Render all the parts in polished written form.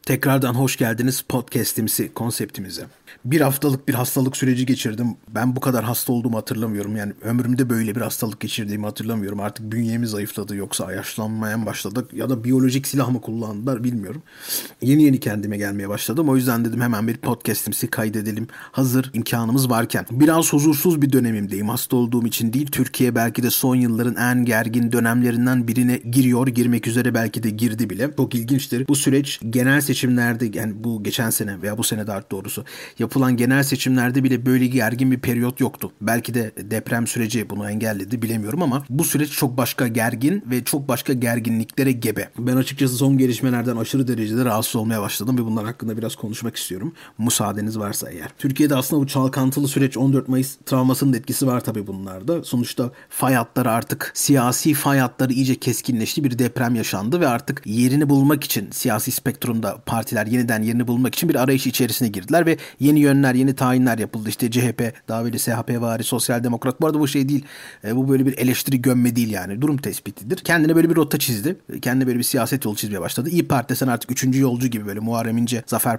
Tekrardan hoş geldiniz podcast'imizi, konseptimize. Bir haftalık bir hastalık süreci geçirdim. Ben bu kadar hasta olduğumu hatırlamıyorum. Yani ömrümde böyle bir hastalık geçirdiğimi hatırlamıyorum. Artık bünyemi zayıfladı, yoksa yaşlanmaya mı başladık ya da biyolojik silah mı kullandılar bilmiyorum. Yeni kendime gelmeye başladım. O yüzden dedim hemen bir podcast'imizi kaydedelim. Hazır imkanımız varken. Biraz huzursuz bir dönemimdeyim. Hasta olduğum için değil. Türkiye belki de son yılların en gergin dönemlerinden birine girmek üzere, belki de girdi bile. Çok ilginçtir. Bu süreç genel seçimlerde, yani bu geçen sene veya bu sene daha doğrusu yapılan genel seçimlerde bile böyle gergin bir periyot yoktu. Belki de deprem süreci bunu engelledi, bilemiyorum, ama bu süreç çok başka gergin ve çok başka gerginliklere gebe. Ben açıkçası son gelişmelerden aşırı derecede rahatsız olmaya başladım ve bunlar hakkında biraz konuşmak istiyorum. Müsaadeniz varsa eğer. Türkiye'de aslında bu çalkantılı süreç, 14 Mayıs travmasının etkisi var tabii bunlarda. Sonuçta fay hatları, artık siyasi fay hatları iyice keskinleşti. Bir deprem yaşandı ve artık yerini bulmak için siyasi spektrumda partiler yeniden yerini bulmak için bir arayış içerisine girdiler ve yeni yönler, yeni tayinler yapıldı. İşte CHP, daha böyle SHP vari, Sosyal Demokrat. Bu arada bu şey değil. Bu böyle bir eleştiri gömme değil yani. Durum tespitidir. Kendine böyle bir rota çizdi. Kendine böyle bir siyaset yolu çizmeye başladı. İYİ Parti sen artık 3. yolcu gibi, böyle Muharrem İnce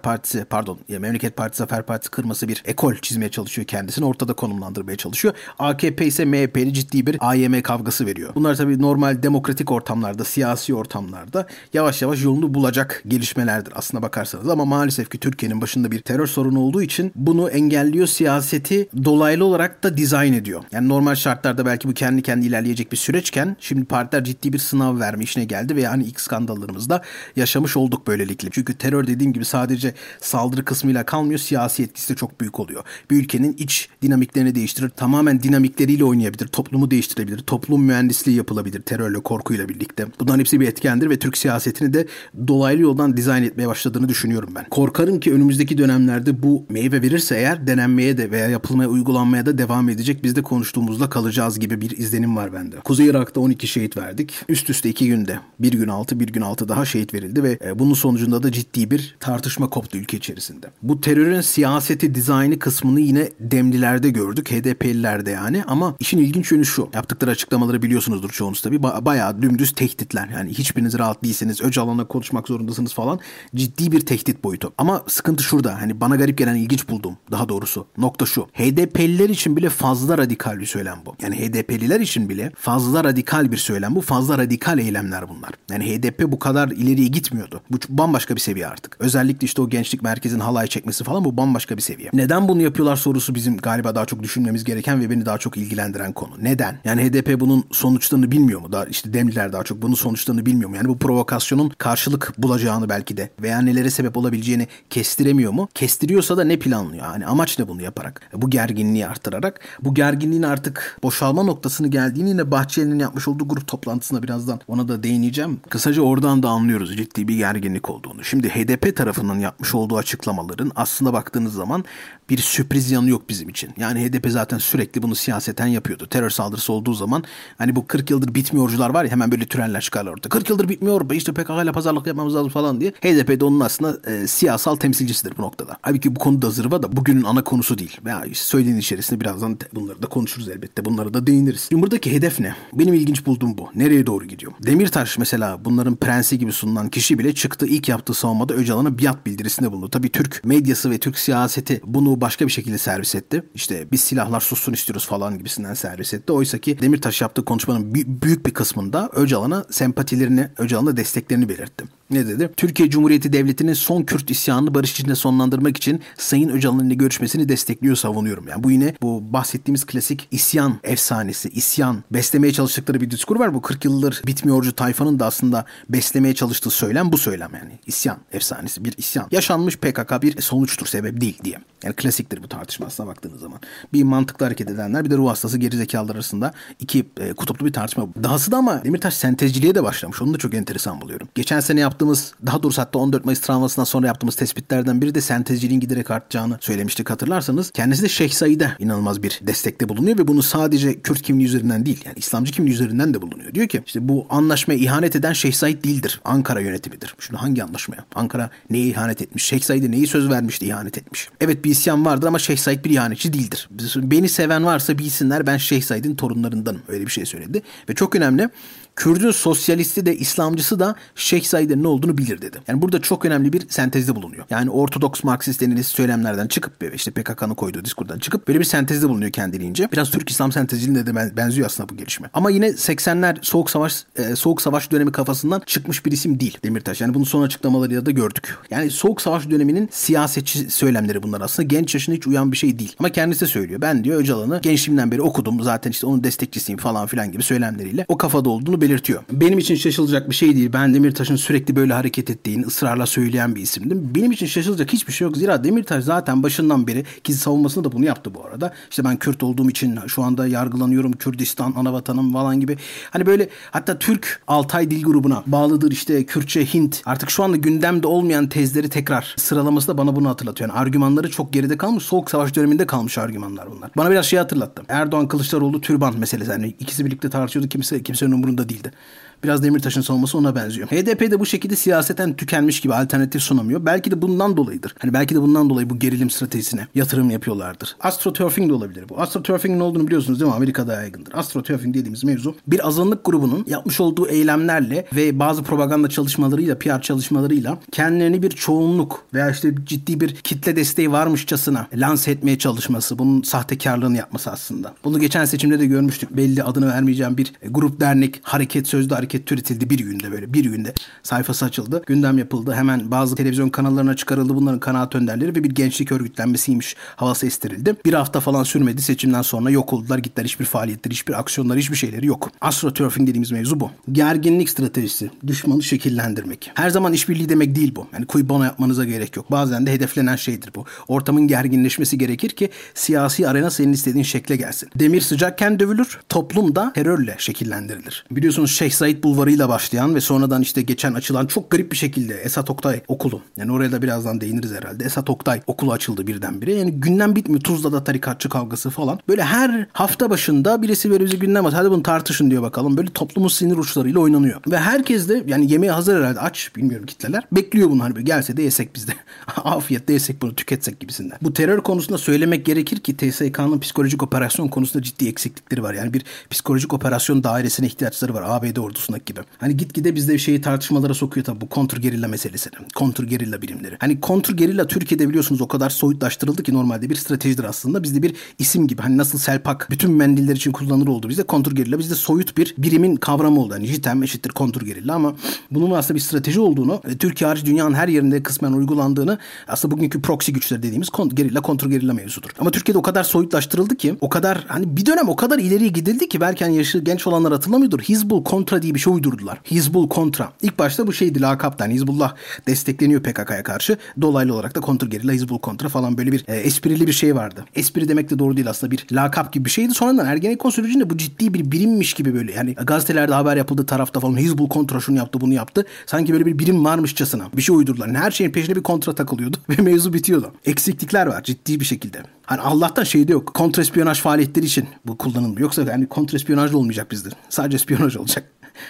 Memleket Partisi, Zafer Partisi kırması bir ekol çizmeye çalışıyor kendisini. Ortada konumlandırmaya çalışıyor. AKP ise MHP'li ciddi bir AYM kavgası veriyor. Bunlar tabii normal demokratik ortamlarda, siyasi ortamlarda yavaş yavaş yolunu bulacak gelişmelerdir aslına bakarsanız. Ama maalesef ki Türkiye'nin başında bir terör sorunu olduğu için bunu engelliyor, siyaseti dolaylı olarak da dizayn ediyor. Yani normal şartlarda belki bu kendi ilerleyecek bir süreçken şimdi partiler ciddi bir sınav verme işine geldi ve yani ilk skandallarımızda yaşamış olduk böylelikle. Çünkü terör, dediğim gibi, sadece saldırı kısmıyla kalmıyor, siyasi etkisi de çok büyük oluyor. Bir ülkenin iç dinamiklerini değiştirir, tamamen dinamikleriyle oynayabilir, toplumu değiştirebilir, toplum mühendisliği yapılabilir terörle, korkuyla birlikte. Bunların hepsi bir etkendir ve Türk siyasetini de dolaylı yoldan dizayn etmeye başladığını düşünüyorum ben. Korkarım ki önümüzdeki dönemlerde bu meyve verirse eğer, denenmeye de veya yapılmaya, uygulanmaya da devam edecek. Biz de konuştuğumuzda kalacağız gibi bir izlenim var bende. Kuzey Irak'ta 12 şehit verdik. Üst üste 2 günde. Bir gün altı daha şehit verildi ve bunun sonucunda da ciddi bir tartışma koptu ülke içerisinde. Bu terörün siyaseti, dizaynı kısmını yine Demlilerde gördük. HDP'lilerde yani. Ama işin ilginç yönü şu. Yaptıkları açıklamaları biliyorsunuzdur çoğunuz tabii. Bayağı dümdüz tehditler. Yani hiçbiriniz rahat değilsiniz, Öcalan'la konuşmak zorundasınız falan. Ciddi bir tehdit boyutu. Ama sıkıntı şurada. Hani bana garip gelen, ilginç bulduğum daha doğrusu nokta şu. HDP'liler için bile fazla radikal bir söylem bu. Yani HDP'liler için bile fazla radikal bir söylem bu. Fazla radikal eylemler bunlar. Yani HDP bu kadar ileriye gitmiyordu. Bu bambaşka bir seviye artık. Özellikle işte o gençlik merkezinin halay çekmesi falan, bu bambaşka bir seviye. Neden bunu yapıyorlar sorusu bizim galiba daha çok düşünmemiz gereken ve beni daha çok ilgilendiren konu. Neden? Yani HDP bunun sonuçlarını bilmiyor mu? Daha işte Demliler daha çok bunun sonuçlarını bilmiyor mu? Yani bu provokasyonun karşılık bulacağını belki de veya nelere sebep olabileceğini kestiremiyor mu? Kestiriyorsa da ne planlıyor? Yani amaç ne bunu yaparak? Bu gerginliği artırarak. Bu gerginliğin artık boşalma noktasını geldiğini yine Bahçeli'nin yapmış olduğu grup toplantısına, birazdan ona da değineceğim. Kısaca oradan da anlıyoruz ciddi bir gerginlik olduğunu. Şimdi HDP tarafından yapmış olduğu açıklamaların aslında baktığınız zaman bir sürpriz yanı yok bizim için. Yani HDP zaten sürekli bunu siyaseten yapıyordu. Terör saldırısı olduğu zaman hani bu 40 yıldır bitmiyorcular var ya, hemen böyle türeller çıkarlar orada. 40 yıldır bitmiyor, işte PKK ile pazarlık yapmamız lazım falan diye. HDP de onun aslında siyasal temsilcisidir bu noktada. Halbuki bu konuda zırva da bugünün ana konusu değil. Veya söylediğin içerisinde birazdan bunları da konuşuruz elbette. Bunlara da değiniriz. Şimdi buradaki hedef ne? Benim ilginç bulduğum bu. Nereye doğru gidiyor? Demirtaş mesela, bunların prensi gibi sunulan kişi bile çıktı, ilk yaptığı savunmada Öcalan'a biat bildirisinde bulundu. Tabii Türk medyası ve Türk siyaseti bunu başka bir şekilde servis etti. İşte biz silahlar sussun istiyoruz falan gibisinden servis etti. Oysa ki Demirtaş yaptığı konuşmanın büyük bir kısmında Öcalan'a sempatilerini, Öcalan'a desteklerini belirtti. Ne dedi? Türkiye Cumhuriyeti Devleti'nin son Kürt isyanını barış içinde sonlandırmak için Sayın Öcalan'ın ile görüşmesini destekliyor, savunuyorum. Yani bu yine bu bahsettiğimiz klasik isyan efsanesi, isyan beslemeye çalıştıkları bir diskur var. Bu 40 yıldır bitmiyorcu tayfanın da aslında beslemeye çalıştığı söylem bu söylem yani. İsyan efsanesi, bir isyan. Yaşanmış PKK bir sonuçtur, sebep değil diye. Yani klasiktir bu tartışma aslına baktığınız zaman. Bir mantıklı hareket edenler, bir de ruh hastası gerizekalılar arasında iki kutuplu bir tartışma. Dahası da ama Demirtaş sentezciliğe de başlamış. Onu da çok enteresan buluyorum. Geçen sene yaptığımız, daha doğrusu hatta 14 Mayıs travmasından sonra yaptığımız tespitlerden biri de sentezciliğin giderek artacağını söylemiştik, hatırlarsanız. Kendisi de Şeyh Said'e inanılmaz bir destekte bulunuyor ve bunu sadece Kürt kimliği üzerinden değil, yani İslamcı kimliği üzerinden de bulunuyor. Diyor ki işte bu anlaşmaya ihanet eden Şeyh Said değildir, Ankara yönetimidir. Şimdi hangi anlaşmaya? Ankara neye ihanet etmiş? Şeyh Said'e neyi söz vermişti, ihanet etmiş? Evet, bir isyan vardır ama Şeyh Said bir ihanetçi değildir. Beni seven varsa bilsinler, ben Şeyh Said'in torunlarındanım. Öyle bir şey söyledi. Ve çok önemli. Kürdün sosyalisti de İslamcısı da Şeyh Said'in ne olduğunu bilir dedi. Yani burada çok önemli bir sentezde bulunuyor. Yani Ortodoks Marksist denilen söylemlerden çıkıp işte PKK'nın koyduğu diskurdan çıkıp böyle bir sentezde bulunuyor kendiliğince. Biraz Türk İslam sentezine de benziyor aslında bu gelişme. Ama yine 80'ler Soğuk Savaş dönemi kafasından çıkmış bir isim değil Demirtaş. Yani bunu son açıklamalarıyla da gördük. Yani Soğuk Savaş döneminin siyasetçi söylemleri bunlar aslında. Genç yaşına hiç uyan bir şey değil. Ama kendisi de söylüyor. Ben diyor Öcalan'ı gençliğimden beri okudum. Zaten işte onun destekçisiyim falan filan gibi söylemleriyle o kafada olduğunu belirtiyor. Benim için şaşılacak bir şey değil. Ben Demirtaş'ın sürekli böyle hareket ettiğini ısrarla söyleyen bir isimdim. Benim için şaşılacak hiçbir şey yok. Zira Demirtaş zaten başından beri ki savunmasında da bunu yaptı bu arada. İşte ben Kürt olduğum için şu anda yargılanıyorum. Kürdistan anavatanım falan gibi. Hani böyle hatta Türk Altay dil grubuna bağlıdır işte Kürtçe, Hint. Artık şu anda gündemde olmayan tezleri tekrar sıralaması da bana bunu hatırlatıyor. Yani argümanları çok geride kalmış. Soğuk Savaş döneminde kalmış argümanlar bunlar. Bana biraz şey hatırlattı. Erdoğan Kılıçdaroğlu türban meselesi. Yani ikisi birlikte tartışıyordu. Kimsenin umurunda değildi. Biraz Demirtaş'ın savunması ona benziyor. HDP de bu şekilde siyaseten tükenmiş gibi alternatif sunamıyor. Belki de bundan dolayıdır. Hani belki de bundan dolayı bu gerilim stratejisine yatırım yapıyorlardır. AstroTurfing de olabilir bu. AstroTurfing'in ne olduğunu biliyorsunuz değil mi? Amerika'da yaygındır. AstroTurfing dediğimiz mevzu bir azınlık grubunun yapmış olduğu eylemlerle ve bazı propaganda çalışmalarıyla, PR çalışmalarıyla kendilerini bir çoğunluk veya işte ciddi bir kitle desteği varmışçasına lanse etmeye çalışması. Bunun sahtekarlığını yapması aslında. Bunu geçen seçimde de görmüştük. Belli adını vermeyeceğim bir grup, dernek, sözde hareket türetildi bir günde böyle. Bir günde sayfası açıldı. Gündem yapıldı. Hemen bazı televizyon kanallarına çıkarıldı. Bunların kanaat önderleri ve bir gençlik örgütlenmesiymiş havası estirildi. Bir hafta falan sürmedi. Seçimden sonra yok oldular. Gittiler, hiçbir faaliyetleri, hiçbir aksiyonları, hiçbir şeyleri yok. AstroTurfing dediğimiz mevzu bu. Gerginlik stratejisi. Düşmanı şekillendirmek. Her zaman işbirliği demek değil bu. Yani cui bono yapmanıza gerek yok. Bazen de hedeflenen şeydir bu. Ortamın gerginleşmesi gerekir ki siyasi arena senin istediğin şekle gelsin. Demir sıcakken dövülür. Toplum da terörle şekillendirilir. Biliyorsunuz Şeyh Said Bulvarı'yla başlayan ve sonradan işte geçen açılan çok garip bir şekilde Esat Oktay Okulu. Yani oraya da birazdan değiniriz herhalde. Esat Oktay Okulu açıldı birdenbire. Yani gündem bitmiyor. Tuzla'da tarikatçı kavgası falan. Böyle her hafta başında birisi böyle bize gündem atıyor. Hadi bunu tartışın diyor bakalım. Böyle toplumun sinir uçlarıyla oynanıyor. Ve herkes de yani yemeğe hazır herhalde, aç bilmiyorum kitleler. Bekliyor bunu, hani böyle gelse de yesek biz de. Afiyetle yesek bunu, tüketsek gibisinden. Bu terör konusunda söylemek gerekir ki TSK'nın psikolojik operasyon konusunda ciddi eksiklikleri var. Yani bir psikolojik operasyon dairesine ihtiyaçları var. ABD ordusundaki gibi. Hani gitgide bizde şeyi tartışmalara sokuyor tabii bu kontrgerilla meselesini. Kontrgerilla birimleri. Hani kontrgerilla Türkiye'de biliyorsunuz o kadar soyutlaştırıldı ki normalde bir stratejidir aslında. Bizde bir isim gibi. Hani nasıl Selpak bütün mendiller için kullanılır oldu. Bizde kontrgerilla bizde soyut bir birimin kavramı oldu. Hani JITEM eşittir kontrgerilla ama bunun aslında bir strateji olduğunu, Türkiye hariç dünyanın her yerinde kısmen uygulandığını, aslında bugünkü proxy güçleri dediğimiz gerilla kontrgerilla mevzudur. Ama Türkiye'de o kadar soyutlaştırıldı ki, o kadar hani bir dönem o kadar ileriye gidildi ki belki hani yaşı genç olanlar hatırlamıyordur. Hizbul Kontra diye bir şey uydurdular. Hizbul Kontra. İlk başta bu şeydi, lakaptan. Hizbullah destekleniyor PKK'ya karşı. Dolaylı olarak da kontrgerilla, Hizbul Kontra falan böyle bir esprili bir şey vardı. Espri demek de doğru değil aslında, bir lakap gibi bir şeydi. Sonradan Ergenekon sürecinde bu ciddi bir birimmiş gibi böyle yani gazetelerde haber yapıldı, tarafta falan Hizbul Kontra şunu yaptı bunu yaptı. Sanki böyle bir birim varmışçasına bir şey uydurdular. Yani her şeyin peşine bir kontra takılıyordu ve mevzu bitiyordu. Eksiklikler var ciddi bir şekilde. Hani Allah'tan şeyde yok. Kontrespiyonaj faaliyetleri için bu kullanılmıyor. Yoksa yani kontrespiyonaj da olmayacak bizde. Sadece espiyonaj olacak.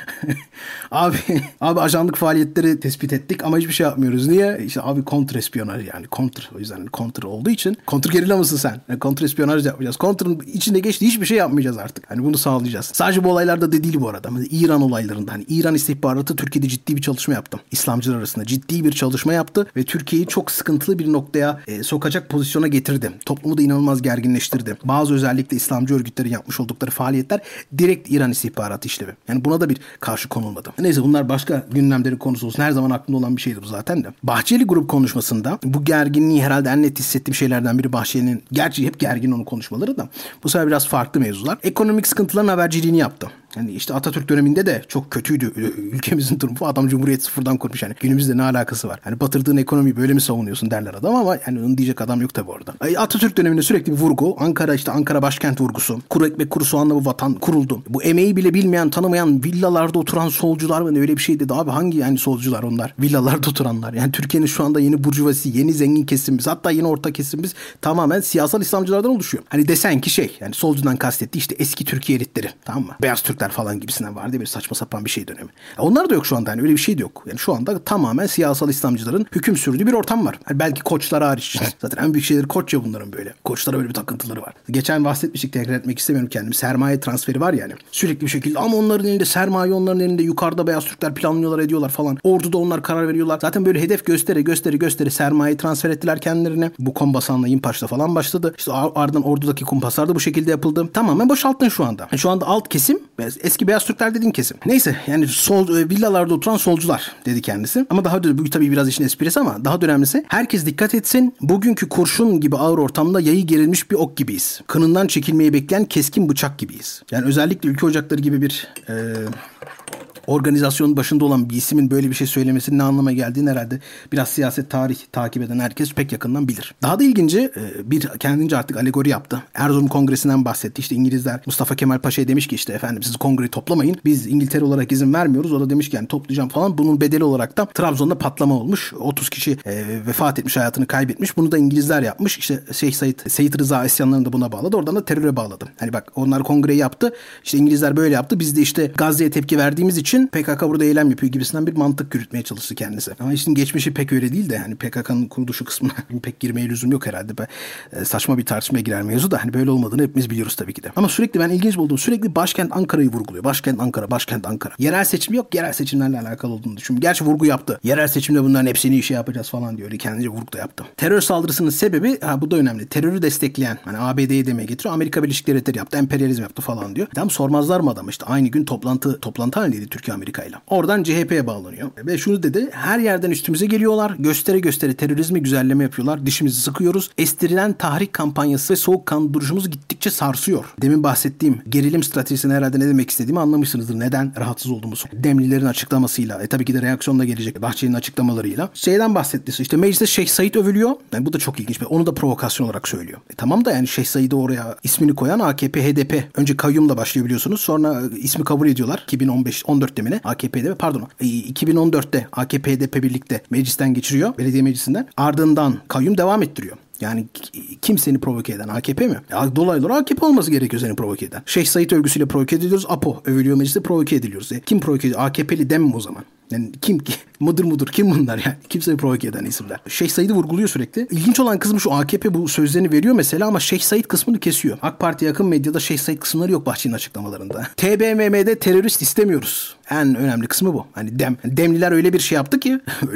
abi ajanlık faaliyetleri tespit ettik ama hiçbir şey yapmıyoruz. Niye? İşte abi kontrespiyonaj yani. O yüzden kontra olduğu için. Kontrgerilla mısın sen? Yani kontrespiyonaj yapmayacağız. Kontr'un içinde geçtiği hiçbir şey yapmayacağız artık. Hani bunu sağlayacağız. Sadece bu olaylarda da değil bu arada. Mesela İran olaylarında. Hani İran istihbaratı Türkiye'de ciddi bir çalışma yaptı. İslamcılar arasında ciddi bir çalışma yaptı ve Türkiye'yi çok sıkıntılı bir noktaya sokacak pozisyona getirdi. Toplumu da inanılmaz gerginleştirdi. Bazı özellikle İslamcı örgütlerin yapmış oldukları faaliyetler direkt İran istihbaratı işlevi. Yani buna da bir karşı konulmadı. Neyse bunlar başka gündemlerin konusu olsun. Her zaman aklımda olan bir şeydi bu zaten de. Bahçeli grup konuşmasında bu gerginliği herhalde en net hissettiğim şeylerden biri Bahçeli'nin, gerçi hep gergin onun konuşmaları da, bu sefer biraz farklı mevzular. Ekonomik sıkıntıların haberciliğini yaptı. Yani işte Atatürk döneminde de çok kötüydü ülkemizin durumu. Adam Cumhuriyet sıfırdan kurmuş. Yani günümüzde ne alakası var? Hani batırdığın ekonomiyi böyle mi savunuyorsun derler adam ama yani onu diyecek adam yok tabii orada. Atatürk döneminde sürekli bir vurgu. Ankara başkent vurgusu. Kuru ekmek kuru soğanla bu vatan kuruldu. Bu emeği bile bilmeyen, tanımayan villalarda oturan solcular mı öyle bir şey dedi. Abi hangi yani solcular onlar? Villalarda oturanlar. Yani Türkiye'nin şu anda yeni burjuvasi, yeni zengin kesimimiz, hatta yeni orta kesimimiz tamamen siyasal İslamcılardan oluşuyor. Hani desen ki yani solcudan kastettiği işte eski Türkiye elitleri. Tamam mı? Beyaz Türkler falan gibisinden vardı. Bir saçma sapan bir şey dönemi. Onlar da yok şu anda. Yani öyle bir şey de yok. Yani şu anda tamamen siyasal İslamcıların hüküm sürdüğü bir ortam var. Yani belki koçlar hariç. Zaten en büyük şeyleri koç ya bunların böyle. Koçlara böyle bir takıntıları var. Geçen bahsetmiştik, tekrar etmek istemiyorum kendim. Sermaye transferi var yani. Sürekli bir şekilde ama onların elinde sermaye sermaye onların elinde, yukarıda beyaz Türkler planlıyorlar, ediyorlar falan. Orduda onlar karar veriyorlar. Zaten böyle hedef gösteri sermayeyi transfer ettiler kendilerine. Bu Kombasan'la İmpaş'la falan başladı. İşte ardından ordudaki kumpaslar da bu şekilde yapıldı. Tamamen boşalttın şu anda. Şu anda alt kesim eski beyaz Türkler dediğin kesim. Neyse yani villalarda oturan solcular dedi kendisi. Ama daha bu tabii biraz işin esprisi ama daha da önemlisi herkes dikkat etsin. Bugünkü kurşun gibi ağır ortamda yayı gerilmiş bir ok gibiyiz. Kınından çekilmeyi bekleyen keskin bıçak gibiyiz. Yani özellikle Ülke Ocakları gibi bir organizasyonun başında olan bir ismin böyle bir şey söylemesinin ne anlama geldiğini herhalde biraz siyaset tarih takip eden herkes pek yakından bilir. Daha da ilginci bir kendince artık alegori yaptı. Erzurum Kongresi'nden bahsetti. İşte İngilizler Mustafa Kemal Paşa'ya demiş ki işte efendim siz kongreyi toplamayın. Biz İngiltere olarak izin vermiyoruz. O da demiş ki yani toplayacağım falan. Bunun bedeli olarak da Trabzon'da patlama olmuş. 30 kişi vefat etmiş, hayatını kaybetmiş. Bunu da İngilizler yapmış. İşte Şeyh Seyit Rıza isyanlarını da buna bağladı. Oradan da teröre bağladı. Hani bak onlar kongreyi yaptı. İşte İngilizler böyle yaptı. Biz de işte Gazze'ye tepki verdiğimiz için PKK burada eylem yapıyor gibisinden bir mantık yürütmeye çalıştı kendisi. Ama işin geçmişi pek öyle değil de hani PKK'nın kuruluşu kısmına pek girmeye lüzum yok herhalde. Saçma bir tartışmaya girer mevzu da hani böyle olmadığını hepimiz biliyoruz tabii ki de. Ama sürekli ben ilginç buldum. Sürekli başkent Ankara'yı vurguluyor. Başkent Ankara. Yerel seçim yok. Yerel seçimlerle alakalı olduğunu düşünüyorum. Gerçi vurgu yaptı. Yerel seçimde bunların hepsini işe yapacağız falan diyor. Öyle kendince vurgu da yaptı. Terör saldırısının sebebi bu da önemli. Terörü destekleyen hani ABD'yi demeye getiriyor. Amerika Birleşik Devletleri yaptı. Emperyalizm yaptı falan diyor. Tam sormazlar mı adam işte aynı gün toplantı halindeydi Türkiye Amerika ile. Oradan CHP'ye bağlanıyor. Ve şunu dedi. Her yerden üstümüze geliyorlar. Göstere terörizmi güzelleme yapıyorlar. Dişimizi sıkıyoruz. Estirilen tahrik kampanyası ve soğukkanlı duruşumuz gittikçe sarsıyor. Demin bahsettiğim gerilim stratejisine herhalde ne demek istediğimi anlamışsınızdır. Neden rahatsız olduğumuzu. Demlilerin açıklamasıyla. Tabii ki de reaksiyonla gelecek. Bahçeli'nin açıklamalarıyla. Şeyden bahsetti. İşte mecliste Şeyh Said övülüyor. Yani bu da çok ilginç. Onu da provokasyon olarak söylüyor. Tamam da yani Şeyh Said'i oraya ismini koyan AKP, HDP. Önce kayyumla başlıyor biliyorsunuz. Sonra ismi kabul ediyorlar. 2015-14 demine AKP, HDP 2014'te AKP, HDP birlikte meclisten geçiriyor. Belediye meclisinden. Ardından kayyum devam ettiriyor. Yani kim seni provoke eden? AKP mi? Dolaylı olarak AKP olması gerekiyor seni provoke eden. Şeyh Said övgüsüyle provoke ediliyoruz. APO övülüyor mecliste provoke ediliyoruz. Kim provoke ediyor? AKP'li dem mi o zaman? Yani kim ki? Mıdır kim bunlar yani? Kimseyi provoke eden isimler. Şeyh Said'i vurguluyor sürekli. İlginç olan kısmı şu AKP bu sözlerini veriyor mesela ama Şeyh Said kısmını kesiyor. AK Parti yakın medyada Şeyh Said kısımları yok Bahçeli'nin açıklamalarında. TBMM'de terörist istemiyoruz. En önemli kısmı bu. Hani Demliler öyle bir şey yaptı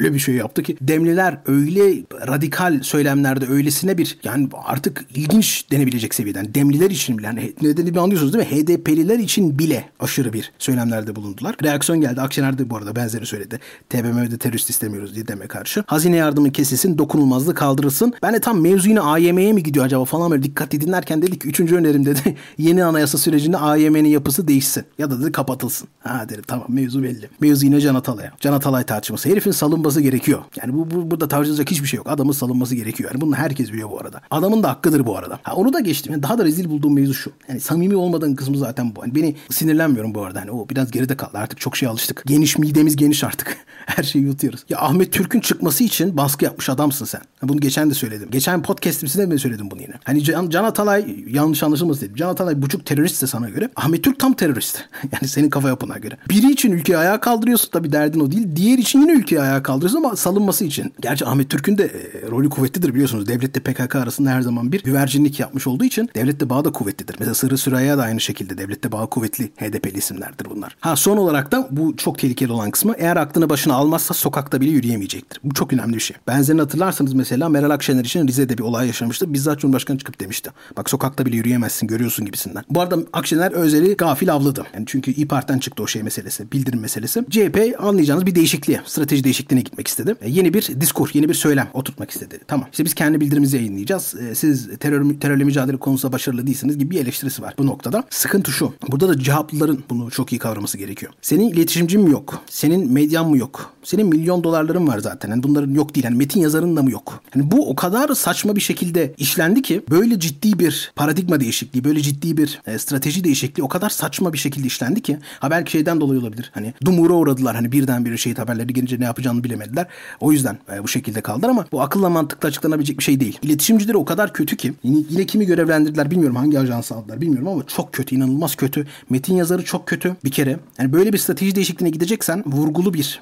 ki Demliler öyle radikal söylemlerde öylesine bir yani artık ilginç denebilecek seviyeden Demliler için bile yani nedenini anlıyorsunuz değil mi? HDP'liler için bile aşırı bir söylemlerde bulundular. Reaksiyon geldi. Akşener de bu arada benzerini söyledi. TBMM'de terörist istemiyoruz diye deme karşı. Hazine yardımı kesilsin, dokunulmazlığı kaldırılsın. Ben de tam mevzu yine AYM'ye mi gidiyor acaba falan böyle dikkatli dinlerken dedik ki 3. önerim dedi. Yeni anayasa sürecinde AYM'nin yapısı değişsin. Ya da dedi kapatılsın. Dedim tamam mevzu belli. Mevzu yine Can Atalay'a. Can Atalay tartışması. Herifin salınması gerekiyor. Yani burada tartışılacak hiçbir şey yok. Adamın salınması gerekiyor. Yani bunu herkes biliyor bu arada. Adamın da hakkıdır bu arada. Onu da geçtim. Yani daha da rezil bulduğum mevzu şu. Yani samimi olmadığın kısmı zaten bu. Yani beni sinirlenmiyorum bu arada. Hani o biraz geride kaldı. Artık çok alıştık. Midemiz geniş artık. Her şeyi yutuyoruz. Ya Ahmet Türk'ün çıkması için baskı yapmış adamsın sen. Bunu geçen de söyledim. Geçen podcast'imizde mi söyledim bunu yine? Hani Can Atalay yanlış anlaşılmasın dedim. Can Atalay buçuk teröristse sana göre. Ahmet Türk tam terörist. Yani senin kafa yapına göre. Biri için ülkeyi ayağa kaldırıyorsun. Tabii derdin o değil. Diğer için yine ülkeyi ayağa kaldırıyorsun ama salınması için. Gerçi Ahmet Türk'ün de rolü kuvvetlidir biliyorsunuz. Devletle PKK arasında her zaman bir güvercinlik yapmış olduğu için devlette bağı da kuvvetlidir. Mesela Sırrı Süreyya da aynı şekilde devlette bağı kuvvetli HDP'li isimlerdir bunlar. Son olarak da bu çok tehlikeli olan kısmı eğer aklını başına almazsa sokakta bile yürüyemeyecektir. Bu çok önemli bir şey. Benzerini hatırlarsanız mesela Meral Akşener için Rize'de bir olay yaşamıştı. Bizzat Cumhurbaşkanı çıkıp demişti. Bak sokakta bile yürüyemezsin görüyorsun gibisinden. Bu arada Akşener Özel'i gafil avladı. Yani çünkü İYİ Parti'den çıktı o şey meselesi. Bildirim meselesi. CHP anlayacağınız bir değişikliğe, strateji değişikliğine gitmek istedi. Yeni bir diskur, yeni bir söylem oturtmak istedi. Tamam. İşte biz kendi bildirimizi yayınlayacağız. Siz terörle mücadele konusunda başarılı değilsiniz gibi bir eleştirisi var bu noktada. Sıkıntı şu. Burada da cevaplıların bunu çok iyi kavraması gerekiyor. Senin iletişimcin mi yok? Senin medyan mı yok? Senin milyon dolarların var zaten. Yani bunların yok değil. Yani metin yazarın da mı yok? Yani bu o kadar saçma bir şekilde işlendi ki böyle ciddi bir paradigma değişikliği, böyle ciddi bir strateji değişikliği o kadar saçma bir şekilde işlendi ki belki şeyden dolayı olabilir. Hani dumura uğradılar. Hani birdenbire şehit haberleri gelince ne yapacağını bilemediler. O yüzden bu şekilde kaldılar ama bu akılla mantıkla açıklanabilecek bir şey değil. İletişimcileri o kadar kötü ki yine kimi görevlendirdiler bilmiyorum. Hangi ajansı aldılar bilmiyorum ama çok kötü. İnanılmaz kötü. Metin yazarı çok kötü bir kere. Yani böyle bir strateji değişikliğine gideceksen vurgulu bir video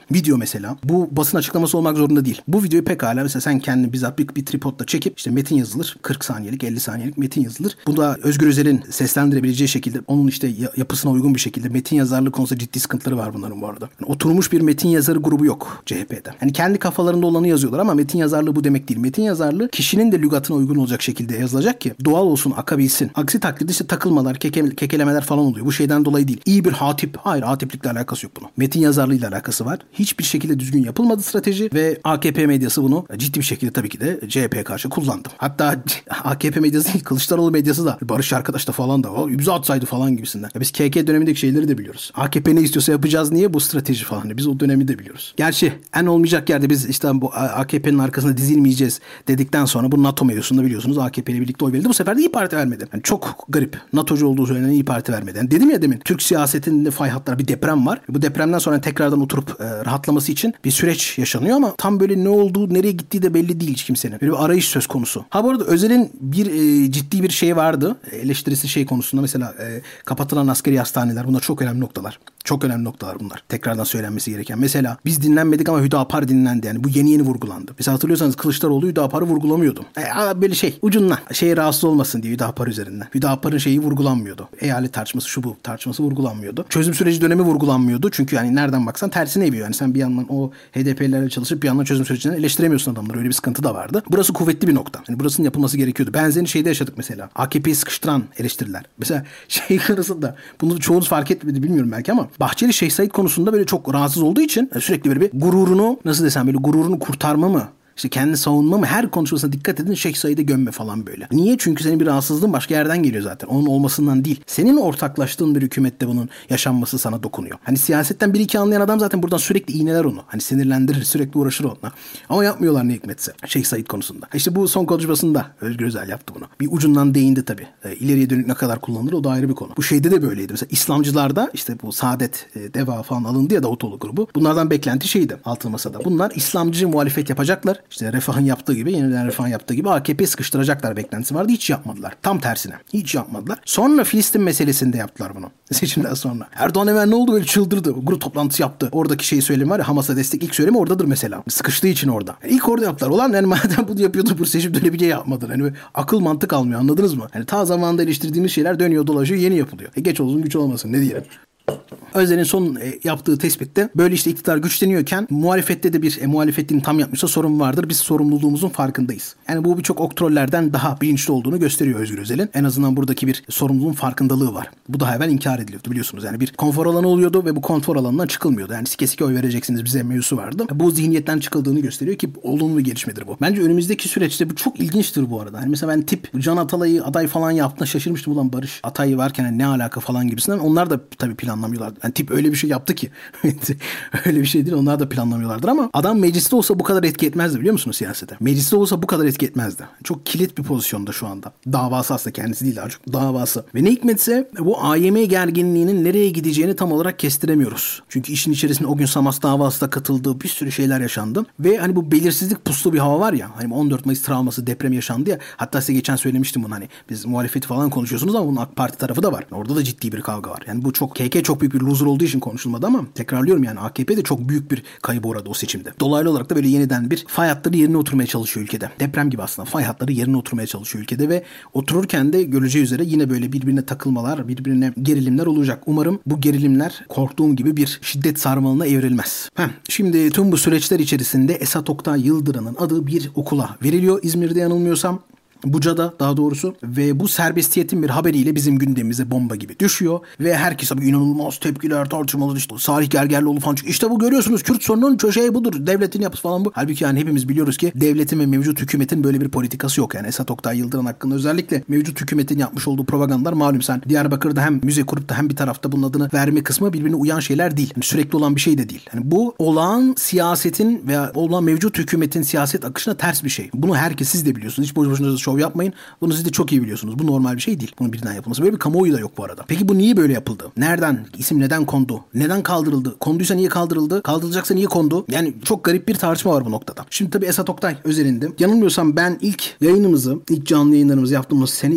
mesela. Bu basın açıklaması olmak zorunda değil. Bu videoyu pekala mesela sen kendini bizzat bir tripodla çekip işte metin yazılır. 40 saniyelik 50 saniyelik metin yazılır. Bu da Özgür Özel'in seslendirebileceği şekilde onun işte yapısına uygun bir şekilde metin yazarlığı konusunda ciddi sıkıntıları var bunların bu arada. Yani oturmuş bir metin yazarı grubu yok CHP'de. Yani kendi kafalarında olanı yazıyorlar ama metin yazarlığı bu demek değil. Metin yazarlığı kişinin de lügatına uygun olacak şekilde yazılacak ki doğal olsun, akabilsin. Aksi takdirde işte takılmalar, kekelemeler falan oluyor. Bu şeyden dolayı değil. İyi bir hatip. Hayır, hatiplikle alakası yok bunun. Metin yazarlığıyla alakası var. Hiçbir şekilde düzgün yapılmadı strateji ve AKP medyası bunu ciddi bir şekilde tabii ki de CHP'ye karşı kullandı. Hatta AKP medyası değil, Kılıçdaroğlu medyası da Barış arkadaş da falan da imza atsaydı falan gibisinden. Ya biz KK dönemindeki şeyleri de biliyoruz. AKP ne istiyorsa yapacağız, niye bu strateji falan. Biz o dönemi de biliyoruz. Gerçi en olmayacak yerde biz işte bu AKP'nin arkasında dizilmeyeceğiz dedikten sonra bu NATO mevzusunda biliyorsunuz AKP ile birlikte oy verildi. Bu sefer de İYİ Parti vermedi. Yani çok garip. NATO'cu olduğu söylenen İYİ Parti vermedi. Yani dedim ya demin Türk siyasetinde fay hatları bir deprem var. Bu depremden sonra tekrardan oturup rahatlaması için bir süreç yaşanıyor ama tam böyle ne olduğu, nereye gittiği de belli değil hiç kimsenin. Böyle bir arayış söz konusu. Ha bu arada Özel'in bir ciddi bir şey vardı. Eleştirisi şey konusunda mesela kapatılan askeri hastaneler, bunlar çok önemli noktalar. Çok önemli noktalar bunlar. Tekrardan söylenmesi gereken. Mesela biz dinlenmedik ama Hüdapar dinlendi. Yani bu yeni vurgulandı. Mesela hatırlıyorsanız Kılıçdaroğlu Hüdapar'ı vurgulamıyordu. Böyle ucundan rahatsız olmasın diye Hüdapar üzerinden. Hüdapar'ın şeyi vurgulanmıyordu. Eyalet tartışması şu bu tartışması vurgulanmıyordu. Çözüm süreci dönemi vurgulanmıyordu. Çünkü yani nereden baksan tersine eviyor. Yani sen bir yandan o HDP'lilerle çalışıp bir yandan çözüm sürecini eleştiremiyorsun adamları. Öyle bir sıkıntı da vardı. Burası kuvvetli bir nokta. Yani burasının yapılması gerekiyordu. Benzerini şeyde yaşadık mesela. AKP'yi sıkıştıran eleştiriler. Mesela arasında bunu çoğunuz fark etmedi bilmiyorum belki ama Bahçeli Şeyh Said konusunda böyle çok rahatsız olduğu için sürekli böyle bir gururunu gururunu kurtarma mı? İşte kendini savunma mı? Her konuşmasına dikkat edin. Şeyh Said'e gömme falan böyle. Niye? Çünkü senin bir rahatsızlığın başka yerden geliyor zaten. Onun olmasından değil. Senin ortaklaştığın bir hükümette bunun yaşanması sana dokunuyor. Hani siyasetten bir iki anlayan adam zaten buradan sürekli iğneler onu. Hani sinirlendirir, sürekli uğraşır onunla. Ama yapmıyorlar ne hikmetse. Şeyh Said konusunda. İşte bu son konuşmasında Özgür Özel yaptı bunu. Bir ucundan değindi tabii. İleriye dönük ne kadar kullanılır o da ayrı bir konu. Bu şeyde de böyleydi. Mesela İslamcılarda işte bu Saadet, Deva falan alındı ya Davutoğlu grubu. Bunlardan beklenti şeydi altılı masada. Bunlar İslamcı muhalefet yapacaklar. İşte Refah'ın yaptığı gibi, yeniden Refah'ın yaptığı gibi AKP sıkıştıracaklar beklentisi vardı. Hiç yapmadılar. Tam tersine. Hiç yapmadılar. Sonra Filistin meselesinde yaptılar bunu. Seçimden sonra. Erdoğan hemen ne oldu böyle çıldırdı. Grup toplantısı yaptı. Oradaki söylemi var ya, Hamas'a destek ilk söylemi oradadır mesela. Sıkıştığı için orada. İlk orada yaptılar. Ulan yani madem bunu yapıyordu bu seçim döneminde yapmadılar. Hani akıl mantık almıyor, anladınız mı? Hani ta zamanında eleştirdiğimiz şeyler dönüyor dolaşıyor yeni yapılıyor. Geç olsun güç olmasın ne diyelim. Özel'in son yaptığı tespitte böyle işte iktidar güçleniyorken muhalefette de bir muhalefetliğini tam yapmışsa sorun vardır. Biz sorumluluğumuzun farkındayız. Yani bu birçok oktrollerden daha bilinçli olduğunu gösteriyor Özgür Özel'in. En azından buradaki bir sorumluluğun farkındalığı var. Bu daha evvel inkar ediliyordu biliyorsunuz. Yani bir konfor alanı oluyordu ve bu konfor alanından çıkılmıyordu. Yani sike oy vereceksiniz bize mevzusu vardı. Bu zihniyetten çıkıldığını gösteriyor ki olumlu bir gelişmedir bu. Bence önümüzdeki süreçte bu çok ilginçtir bu arada. Yani mesela ben Can Atalay'ı aday falan yaptığında şaşırmıştım. Ulan Barış Atay varken yani ne alaka falan gibisinden. Onlar da tabii planlamıyorlardı. Yani tip öyle bir şey yaptı ki. Öyle bir şey değil. Onlar da planlamıyorlardır ama adam mecliste olsa bu kadar etki etmezdi biliyor musunuz siyasete? Mecliste olsa bu kadar etki etmezdi. Çok kilit bir pozisyonda şu anda. Davası aslında kendisi değil daha çok. Davası. Ve ne hikmetse bu AYM gerginliğinin nereye gideceğini tam olarak kestiremiyoruz. Çünkü işin içerisinde o gün Samas davası da katıldığı bir sürü şeyler yaşandı. Ve hani bu belirsizlik puslu bir hava var ya. Hani 14 Mayıs travması deprem yaşandı ya. Hatta size geçen söylemiştim bunu hani. Biz muhalefeti falan konuşuyorsunuz ama bunun AK Parti tarafı da var. Orada da ciddi bir kavga var. Yani bu çok KK çok büyük bir loser olduğu için konuşulmadı ama tekrarlıyorum yani AKP de çok büyük bir kaybı orada o seçimde. Dolaylı olarak da böyle yeniden bir fay hatları yerine oturmaya çalışıyor ülkede. Deprem gibi aslında fay hatları yerine oturmaya çalışıyor ülkede ve otururken de göreceği üzere yine böyle birbirine takılmalar, birbirine gerilimler olacak. Umarım bu gerilimler korktuğum gibi bir şiddet sarmalına evrilmez. Şimdi tüm bu süreçler içerisinde Esat Oktay Yıldırım'ın adı bir okula veriliyor. İzmir'de yanılmıyorsam. Buca'da daha doğrusu ve bu serbestiyetin bir haberiyle bizim gündemimize bomba gibi düşüyor ve herkes tabii inanılmaz tepkiler, tartışmalar işte Salih Gergerlioğlu falan çıkıyor. İşte bu görüyorsunuz Kürt sorunun çöşeği budur. Devletin yapısı falan bu. Halbuki yani hepimiz biliyoruz ki devletin ve mevcut hükümetin böyle bir politikası yok. Yani Esat Oktay Yıldırım hakkında özellikle mevcut hükümetin yapmış olduğu propagandalar malum sen Diyarbakır'da hem müze kurup da hem bir tarafta bunun adını verme kısmı birbirine uyan şeyler değil. Yani sürekli olan bir şey de değil. Yani bu olağan siyasetin veya olan mevcut hükümetin siyaset akışına ters bir şey. Bunu herkes siz de biliyorsunuz. Hiç boş boşuna Şov yapmayın. Bunu siz de çok iyi biliyorsunuz. Bu normal bir şey değil. Bunun birden yapılması. Böyle bir kamuoyu da yok bu arada. Peki bu niye böyle yapıldı? Nereden? İsim neden kondu? Neden kaldırıldı? Konduysa niye kaldırıldı? Kaldırılacaksa niye kondu? Yani çok garip bir tartışma var bu noktada. Şimdi tabii Esat Oktay özelinde. Yanılmıyorsam ben ilk canlı yayınlarımızı yaptığımız sene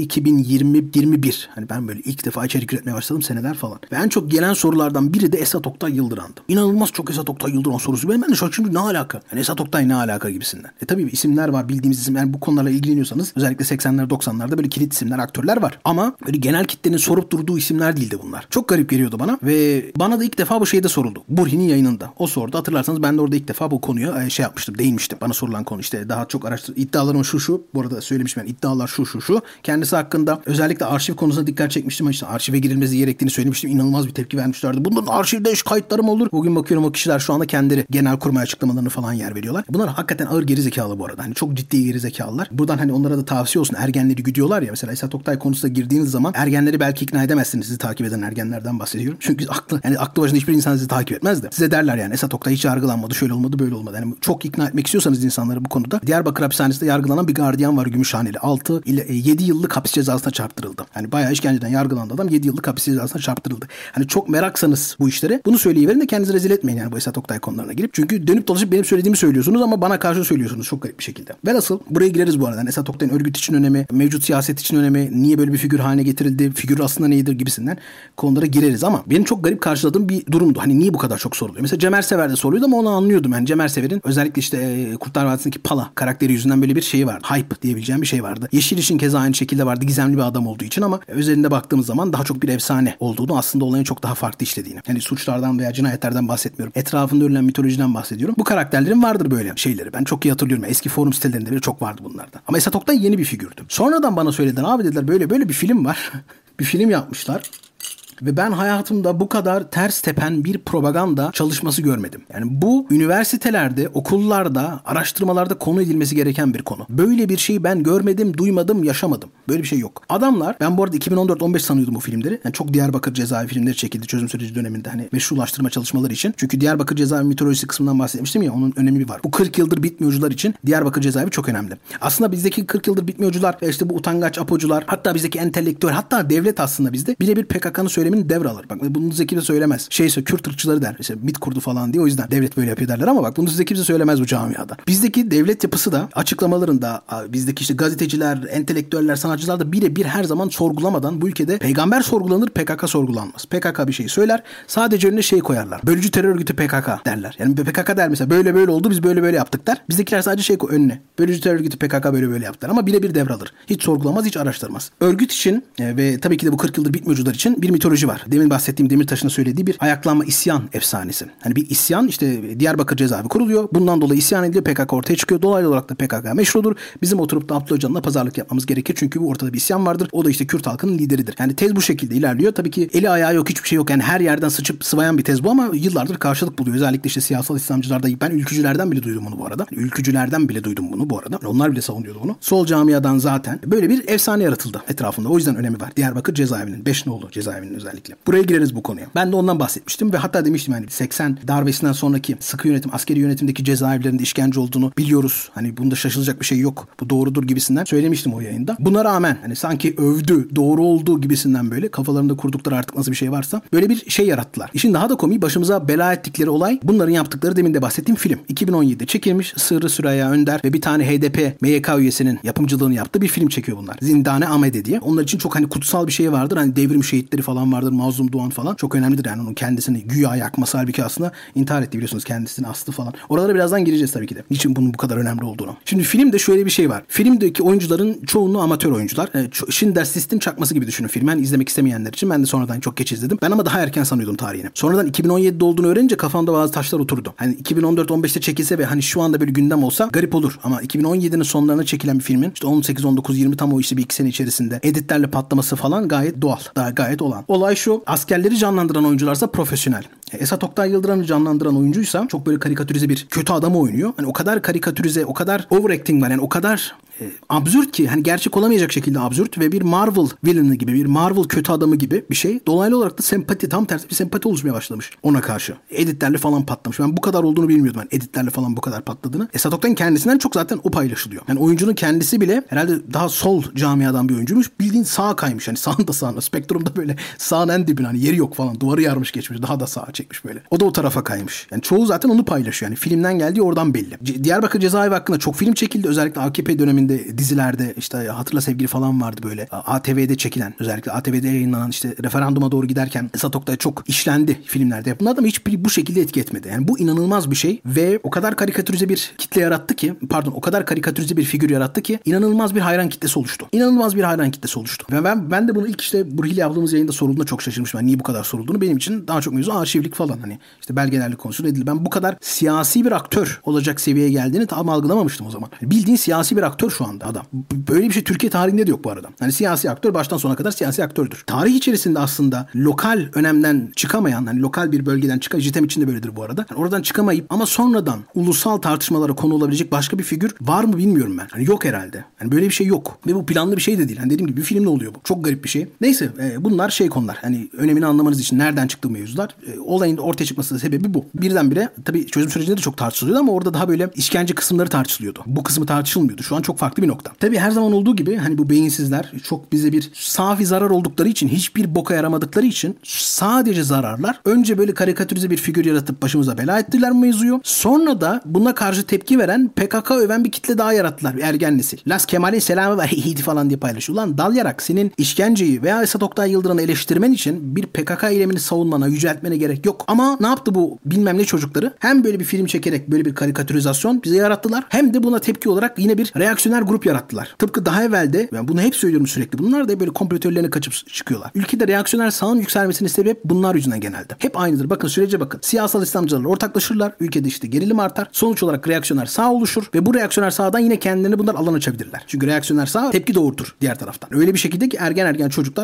2021. Hani ben böyle ilk defa içerik üretmeye başladım seneler falan. Ve en çok gelen sorulardan biri de Esat Oktay Yıldıran'dı. İnanılmaz çok Esat Oktay Yıldıran sorusu. Ben de şaşırdım, ne alaka? Yani Esat Oktay ne alaka gibisinden. Tabii isimler var, bildiğimiz isimler. Yani bu konularla ilgileniyorsanız özellikle 80'ler 90'larda böyle kilit isimler, aktörler var. Ama böyle genel kitlenin sorup durduğu isimler değildi bunlar. Çok garip geliyordu bana ve bana da ilk defa bu şeyde soruldu. Burhi'nin yayınında. O sordu. Hatırlarsanız ben de orada ilk defa bu konuya yapmıştım, değinmiştim. Bana sorulan konu işte daha çok iddialarım şu. Bu arada söylemişim, yani iddialar şu. Kendisi hakkında özellikle arşiv konusuna dikkat çekmiştim. İşte arşive girilmesi gerektiğini söylemiştim. İnanılmaz bir tepki vermişlerdi. Bunların arşivde kayıtlarım olur. Bugün bakıyorum o kişiler şu anda kendileri genelkurmay açıklamalarını falan yer veriyorlar. Bunlar hakikaten ağır gerizekalı bu arada. Hani çok ciddi gerizekalılar. Buradan hani onlara da tavsiye olsun. Ergenleri güdüyorlar ya. Mesela Esat Oktay konusuna girdiğiniz zaman ergenleri belki ikna edemezsiniz. Sizi takip eden ergenlerden bahsediyorum. Çünkü aklı başında hiçbir insan sizi takip etmez de. Size derler yani Esat Oktay hiç yargılanmadı. Şöyle olmadı, böyle olmadı. Yani çok ikna etmek istiyorsanız insanları bu konuda. Diyarbakır hapishanesinde yargılanan bir gardiyan var, Gümüşhaneli. 6 ile 7 yıllık hapis cezasına çarptırıldı. Hani bayağı işkenceden yargılandı adam. 7 yıllık hapis cezasına çarptırıldı. Hani çok meraksanız bu işlere bunu söyleyiverin de kendinizi rezil etmeyin yani bu Esat Oktay konularına girip. Çünkü dönüp dolaşıp benim söylediğimi söylüyorsunuz ama bana karşı söylüyorsunuz çok garip bir şekilde. Velhasıl buraya gireriz bu arada. Yani Esat Oktay'ın örgüt için önemi, mevcut siyaset için önemi, niye böyle bir figür haline getirildi, figür aslında nedir gibisinden konulara gireriz ama benim çok garip karşıladığım bir durumdu. Hani niye bu kadar çok soruluyor? Mesela Cem Ersever de soruluyordu ama onu anlıyordum. Yani Cem Ersever'in özellikle işte Kurtlar Vadisi'ndeki Pala karakteri yüzünden böyle bir şey vardı. Hype diyebileceğim bir şey vardı. Yeşil İş'in keza aynı şekilde vardı. Gizemli bir adam olduğu için ama üzerinde baktığımız zaman daha çok bir efsane olduğunu, aslında olayın çok daha farklı işlediğini. Yani suçlardan veya cinayetlerden bahsetmiyorum. Etrafında örülen mitolojiden bahsediyorum. Bu karakterlerin vardır böyle şeyleri. Ben çok iyi hatırlıyorum. Eski forum sitelerinde bile çok vardı bunlardan. Ama Esat Oktay yeni bir figürdü. Sonradan bana söylediler, abi dediler böyle bir film var. Bir film yapmışlar. Ve ben hayatımda bu kadar ters tepen bir propaganda çalışması görmedim. Yani bu üniversitelerde, okullarda, araştırmalarda konu edilmesi gereken bir konu. Böyle bir şeyi ben görmedim, duymadım, yaşamadım. Böyle bir şey yok. Adamlar, ben bu arada 2014-15 sanıyordum bu filmleri. Yani çok Diyarbakır cezaevi filmleri çekildi çözüm süreci döneminde hani meşrulaştırma çalışmaları için. Çünkü Diyarbakır cezaevi mitolojisi kısmından bahsetmiştim ya, onun önemi var. Bu 40 yıldır bitmiyorcular için Diyarbakır cezaevi çok önemli. Aslında bizdeki 40 yıldır bitmiyorcular, işte bu utangaç apocular, hatta bizdeki entelektüel, hatta devlet aslında bizde birebir PKK'nın söylemini devralır. Bak bunu size kimse söylemez. Kürt ırkçıları der. İşte MİT kurdu falan diye, o yüzden devlet böyle yapıyor derler ama bak bunu size kimse söylemez bu camiada. Bizdeki devlet yapısı da açıklamalarında, bizdeki işte gazeteciler, entelektüeller, sanatçılar da birebir her zaman sorgulamadan, bu ülkede peygamber sorgulanır, PKK sorgulanmaz. PKK bir şey söyler, sadece önüne şey koyarlar. Bölücü terör örgütü PKK derler. Yani PKK der mesela, böyle oldu, biz böyle yaptık der. Bizdekiler sadece önüne. Bölücü terör örgütü PKK böyle yaptılar ama birebir devralır. Hiç sorgulamaz, hiç araştırmaz. Örgüt için ve tabii ki de bu 40 yıldır bitmiyorcular için bir mitoloji var. Demin bahsettiğim Demirtaş'ın söylediği bir ayaklanma, isyan efsanesi. Hani bir isyan, işte Diyarbakır cezaevi kuruluyor. Bundan dolayı isyan ediliyor. PKK ortaya çıkıyor. Dolaylı olarak da PKK meşrudur. Bizim oturup da Abdullah Öcalan'la pazarlık yapmamız gerekir. Çünkü bu ortada bir isyan vardır. O da işte Kürt halkının lideridir. Yani tez bu şekilde ilerliyor. Tabii ki eli ayağı yok, hiçbir şey yok. Yani her yerden sıçıp sıvayan bir tez bu ama yıllardır karşılık buluyor. Özellikle işte siyasal İslamcılarda, ben ülkücülerden bile duydum bunu bu arada. Ülkücülerden bile duydum bunu bu arada. Onlar bile savunuyordu bunu. Sol camiadan zaten böyle bir efsane yaratıldı etrafında. O yüzden önemi var. Diyarbakır cezaevinin, Beşnoğlu cezaevinin özellikle. Buraya gireriz bu konuya. Ben de ondan bahsetmiştim ve hatta demiştim yani 80 darbesinden sonraki sıkı yönetim, askeri yönetimdeki cezaevlerinde işkence olduğunu biliyoruz. Hani bunda şaşılacak bir şey yok. Bu doğrudur gibisinden söylemiştim o yayında. Buna rağmen hani sanki övdü, doğru olduğu gibisinden böyle kafalarında kurdukları artık nasıl bir şey varsa böyle bir şey yarattılar. İşin daha da komiği, başımıza bela ettikleri olay bunların yaptıkları demin de bahsettiğim film. 2017'de çekilmiş, Sırrı Süreyya Önder ve bir tane HDP MYK üyesinin yapımcılığını yaptığı bir film çekiyor bunlar. Zindane Amede diye. Onlar için çok hani kutsal bir şey vardır. Hani devrim şehitleri falan vardır. Mazlum Doğan falan. Çok önemlidir yani onun kendisini güya yakması, halbuki aslında intihar etti biliyorsunuz, kendisini astı falan. Oralara birazdan gireceğiz tabii ki de. Niçin bunun bu kadar önemli olduğunu. Şimdi filmde şöyle bir şey var. Filmdeki oyuncuların çoğunluğu amatör oyuncular. Schindler List'in çakması gibi düşünün film. Yani izlemek istemeyenler için. Ben de sonradan çok geç izledim. Ben ama daha erken sanıyordum tarihini. Sonradan 2017'de olduğunu öğrenince kafamda bazı taşlar oturdu. Hani 2014-15'te çekilse ve hani şu anda böyle gündem olsa garip olur. Ama 2017'nin sonlarına çekilen bir filmin işte 18, 19, 20 tam o işte bir iki sene içerisinde editlerle patlaması falan gayet doğal. Daha gayet olan. Olay şu. Askerleri canlandıran oyuncularsa profesyonel. Esat Oktay Yıldıran'ı canlandıran oyuncuysa çok böyle karikatürize bir kötü adamı oynuyor. Hani o kadar karikatürize, o kadar overacting var. Yani o kadar absürt ki hani gerçek olamayacak şekilde absürt ve bir Marvel villain'ı gibi, bir Marvel kötü adamı gibi bir şey. Dolaylı olarak da sempati, tam tersi bir sempati oluşmaya başlamış ona karşı. Editlerle falan patlamış. Ben bu kadar olduğunu bilmiyordum. Yani editlerle falan bu kadar patladığını. Esat Oktay'ın kendisinden çok zaten o paylaşılıyor. Yani oyuncunun kendisi bile herhalde daha sol camiadan bir oyuncuymuş. Bildiğin sağa kaymış. Hani sağında sağına. Spektrumda böyle sağın en dibine hani yeri yok falan. Duvarı yarmış geçmiş. Daha da sağa çekmiş böyle. O da o tarafa kaymış. Yani çoğu zaten onu paylaşıyor. Yani filmden geldiği oradan belli. Diyarbakır Cezaevi hakkında çok film çekildi. Özellikle AKP döneminde dizilerde işte Hatırla Sevgili falan vardı böyle. ATV'de çekilen, özellikle ATV'de yayınlanan işte referanduma doğru giderken Esat Oktay çok işlendi filmlerde. Bunlar da hiç bu şekilde etki etmedi. Yani bu inanılmaz bir şey ve o kadar karikatürize bir kitle yarattı ki, o kadar karikatürize bir figür yarattı ki inanılmaz bir hayran kitlesi oluştu. İnanılmaz bir hayran kitlesi oluştu. Ve ben de bunu ilk işte Burhili yaptığımız yayında sorulduğunda çok şaşırmıştım. Yani niye bu kadar sorulduğunu. Benim için daha çok mevzu arşivlik falan, hani işte belgelerle konuşulur edildi. Ben bu kadar siyasi bir aktör olacak seviyeye geldiğini tam algılamamıştım o zaman. Yani bildiğin siyasi bir aktör şu anda adam. Böyle bir şey Türkiye tarihinde de yok bu arada. Hani siyasi aktör baştan sona kadar siyasi aktördür. Tarih içerisinde aslında lokal önemden çıkamayan, hani lokal bir bölgeden çıkan, JITEM için de böyledir bu arada. Yani oradan çıkamayıp ama sonradan ulusal tartışmalara konu olabilecek başka bir figür var mı bilmiyorum ben. Hani yok herhalde. Yani böyle bir şey yok. Ve bu planlı bir şey de değil. Hani dediğim gibi bir filmde oluyor bu. Çok garip bir şey. Neyse bunlar şey konular. Hani önemini anlamanız için nereden çıktığı mevzular. Olayın ortaya çıkmasının sebebi bu. Birdenbire tabii çözüm sürecinde de çok tartışılıyordu ama orada daha böyle işkence kısımları tartışılıyordu. Bu kısmı tartışılmıyordu. Şu an çok farklı bir nokta. Tabii her zaman olduğu gibi hani bu beyinsizler çok bize bir safi zarar oldukları için, hiçbir boka yaramadıkları için sadece zararlar. Önce böyle karikatürize bir figür yaratıp başımıza bela ettiler bu mevzuyu. Sonra da buna karşı tepki veren, PKK öven bir kitle daha yarattılar. Bir ergen nesil. Las Kemal'in selamı var falan diye paylaşıyor. Ulan dal yarak, senin işkenceyi veya Esat Oktay Yıldırım'ı eleştirmen için bir PKK eylemini savunmana, yüceltmene gerek yok. Ama ne yaptı bu bilmem ne çocukları? Hem böyle bir film çekerek böyle bir karikatürizasyon bize yarattılar. Hem de buna tepki olarak yine bir reaksiyoner grup yarattılar. Tıpkı daha evvelde, ben bunu hep söylüyorum sürekli. Bunlar da böyle komplo teorilerine kaçıp çıkıyorlar. Ülkede reaksiyoner sağın yükselmesinin sebebi bunlar yüzünden genelde. Hep aynıdır. Bakın sürece bakın. Siyasal İslamcılarla ortaklaşırlar. Ülkede işte gerilim artar. Sonuç olarak reaksiyoner sağ oluşur ve bu reaksiyoner sağdan yine kendilerini bunlar alan açabilirler. Çünkü reaksiyoner sağ tepki doğurtur diğer taraftan. Öyle bir şekilde ki ergen çocuklar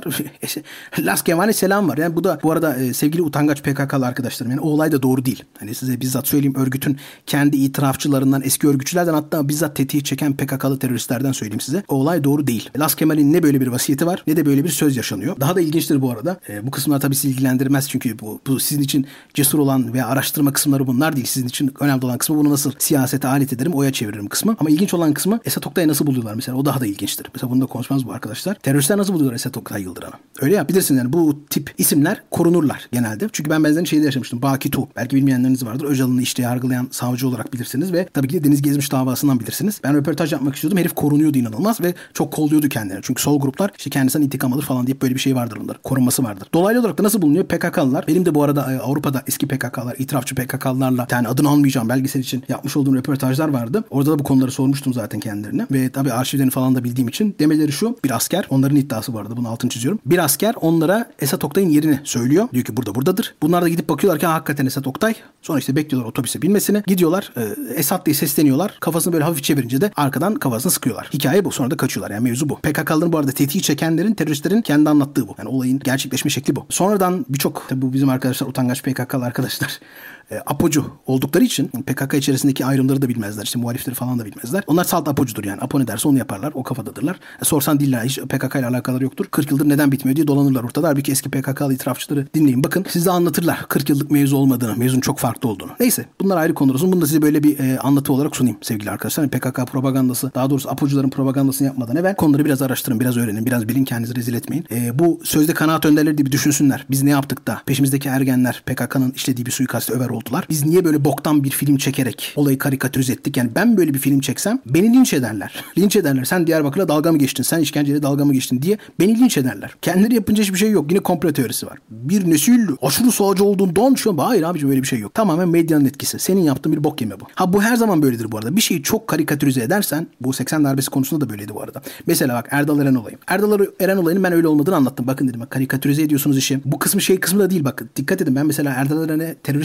Las Kemal'e selam var. Yani bu da bu arada sevgili utangaç PKK'lı arkadaşlarım, yani o olay da doğru değil. Hani size bizzat söyleyeyim, örgütün kendi itirafçılarından, eski örgütçülerden, hatta bizzat tetiği çeken PKK'lı teröristlerden söyleyeyim size. O olay doğru değil. Las Kemal'in ne böyle bir vasiyeti var ne de böyle bir söz yaşanıyor. Daha da ilginçtir bu arada. Bu kısımlar tabii sizi ilgilendirmez çünkü bu sizin için cesur olan ve araştırma kısımları bunlar değil. Sizin için önemli olan kısmı bunu nasıl siyasete alet ederim, oya çeviririm kısmı. Ama ilginç olan kısmı Esat Oktay'ı nasıl buluyorlar mesela. O daha da ilginçtir. Mesela bunu da konuşmaz bu arkadaşlar. Teröristler nasıl buluyorlar Esat Oktay Yıldırım'ı? Öyle ya, bilirsin yani bu tip isimler korunurlar genelde. Çünkü ben benzerini şeyde yaşamıştım. Baki Tuğ. Belki bilmeyenleriniz vardır. Öcalan'ı işte yargılayan savcı olarak bilirsiniz ve tabii ki de Deniz Gezmiş davasından bilirsiniz. Ben röportaj yapmak istiyordum. Herif korunuyordu inanılmaz ve çok kolluyordu kendini. Çünkü sol gruplar işte kendisinden intikam alır falan diye böyle bir şey vardır onların. Korunması vardır. Dolaylı olarak da nasıl bulunuyor? PKK'lılar. Benim de bu arada Avrupa'da eski PKK'lar, itirafçı PKK'lılarla, yani adını almayacağım belgesel için yapmış olduğum röportajlar vardı. Orada da bu konuları sormuştum zaten kendilerine. Ve tabii arşivlerini falan da bildiğim için demeleri şu: bir asker, onların iddiası bu arada, bunu altını çiziyorum. Bir asker onlara Esat Oktay'ın yerini söylüyor. Diyor ki buradadır. Bunlar da gidip bakıyorlar ki hakikaten Esat Oktay. Sonra işte bekliyorlar otobüse binmesini. Gidiyorlar Esat diye sesleniyorlar. Kafasını böyle hafif çevirince de arkadan kafasını sıkıyorlar. Hikaye bu. Sonra da kaçıyorlar. Yani mevzu bu. PKK'ların bu arada tetiği çekenlerin, teröristlerin kendi anlattığı bu. Yani olayın gerçekleşme şekli bu. Sonradan birçok, tabii bu bizim arkadaşlar, utangaç PKK'lı arkadaşlar, apocu oldukları için PKK içerisindeki ayrımları da bilmezler. İşte muhalifleri falan da bilmezler. Onlar salt apocudur yani. Apo ne derse onu yaparlar. O kafadadırlar. Sorsan diller, hiç PKK ile alakaları yoktur. 40 yıldır neden bitmiyor diye dolanırlar ortada. Halbuki eski PKK'lı itirafçıları dinleyin. Bakın size anlatırlar 40 yıllık mevzu olmadığını, mevzunun çok farklı olduğunu. Neyse, bunlar ayrı konular olsun. Bunu da size böyle bir anlatı olarak sunayım sevgili arkadaşlar. Yani PKK propagandası, daha doğrusu apocuların propagandasını yapmadan evvel konuları biraz araştırın, biraz öğrenin, biraz bilin, kendinizi rezil etmeyin. Bu sözde kanaat önderleri diye bir düşünsünler. Biz ne yaptık da peşimizdeki ergenler PKK'nın işlediği bir suikastı över oldular. Biz niye böyle boktan bir film çekerek olayı karikatürize ettik? Yani ben böyle bir film çeksem beni linç ederler. Linç ederler. Sen Diyarbakır'la dalga mı geçtin? Sen işkenceyle dalga mı geçtin diye beni linç ederler. Kendileri yapınca hiçbir şey yok. Yine komplo teorisi var. Bir nesil aşırı sağcı olduğundan şu an. Hayır abiciğim, öyle bir şey yok. Tamamen medyanın etkisi. Senin yaptığın bir bok yeme bu. Bu her zaman böyledir bu arada. Bir şeyi çok karikatürize edersen, bu 80 darbesi konusunda da böyleydi bu arada. Mesela bak, Erdal Eren olayı. Erdal Eren olayının ben öyle olmadığını anlattım. Bakın dedim, bak, karikatürize ediyorsunuz işi. Bu kısmı şey kısmı da değil, bakın. Dikkat edin, ben mesela Erdal Eren'e terörist demedim.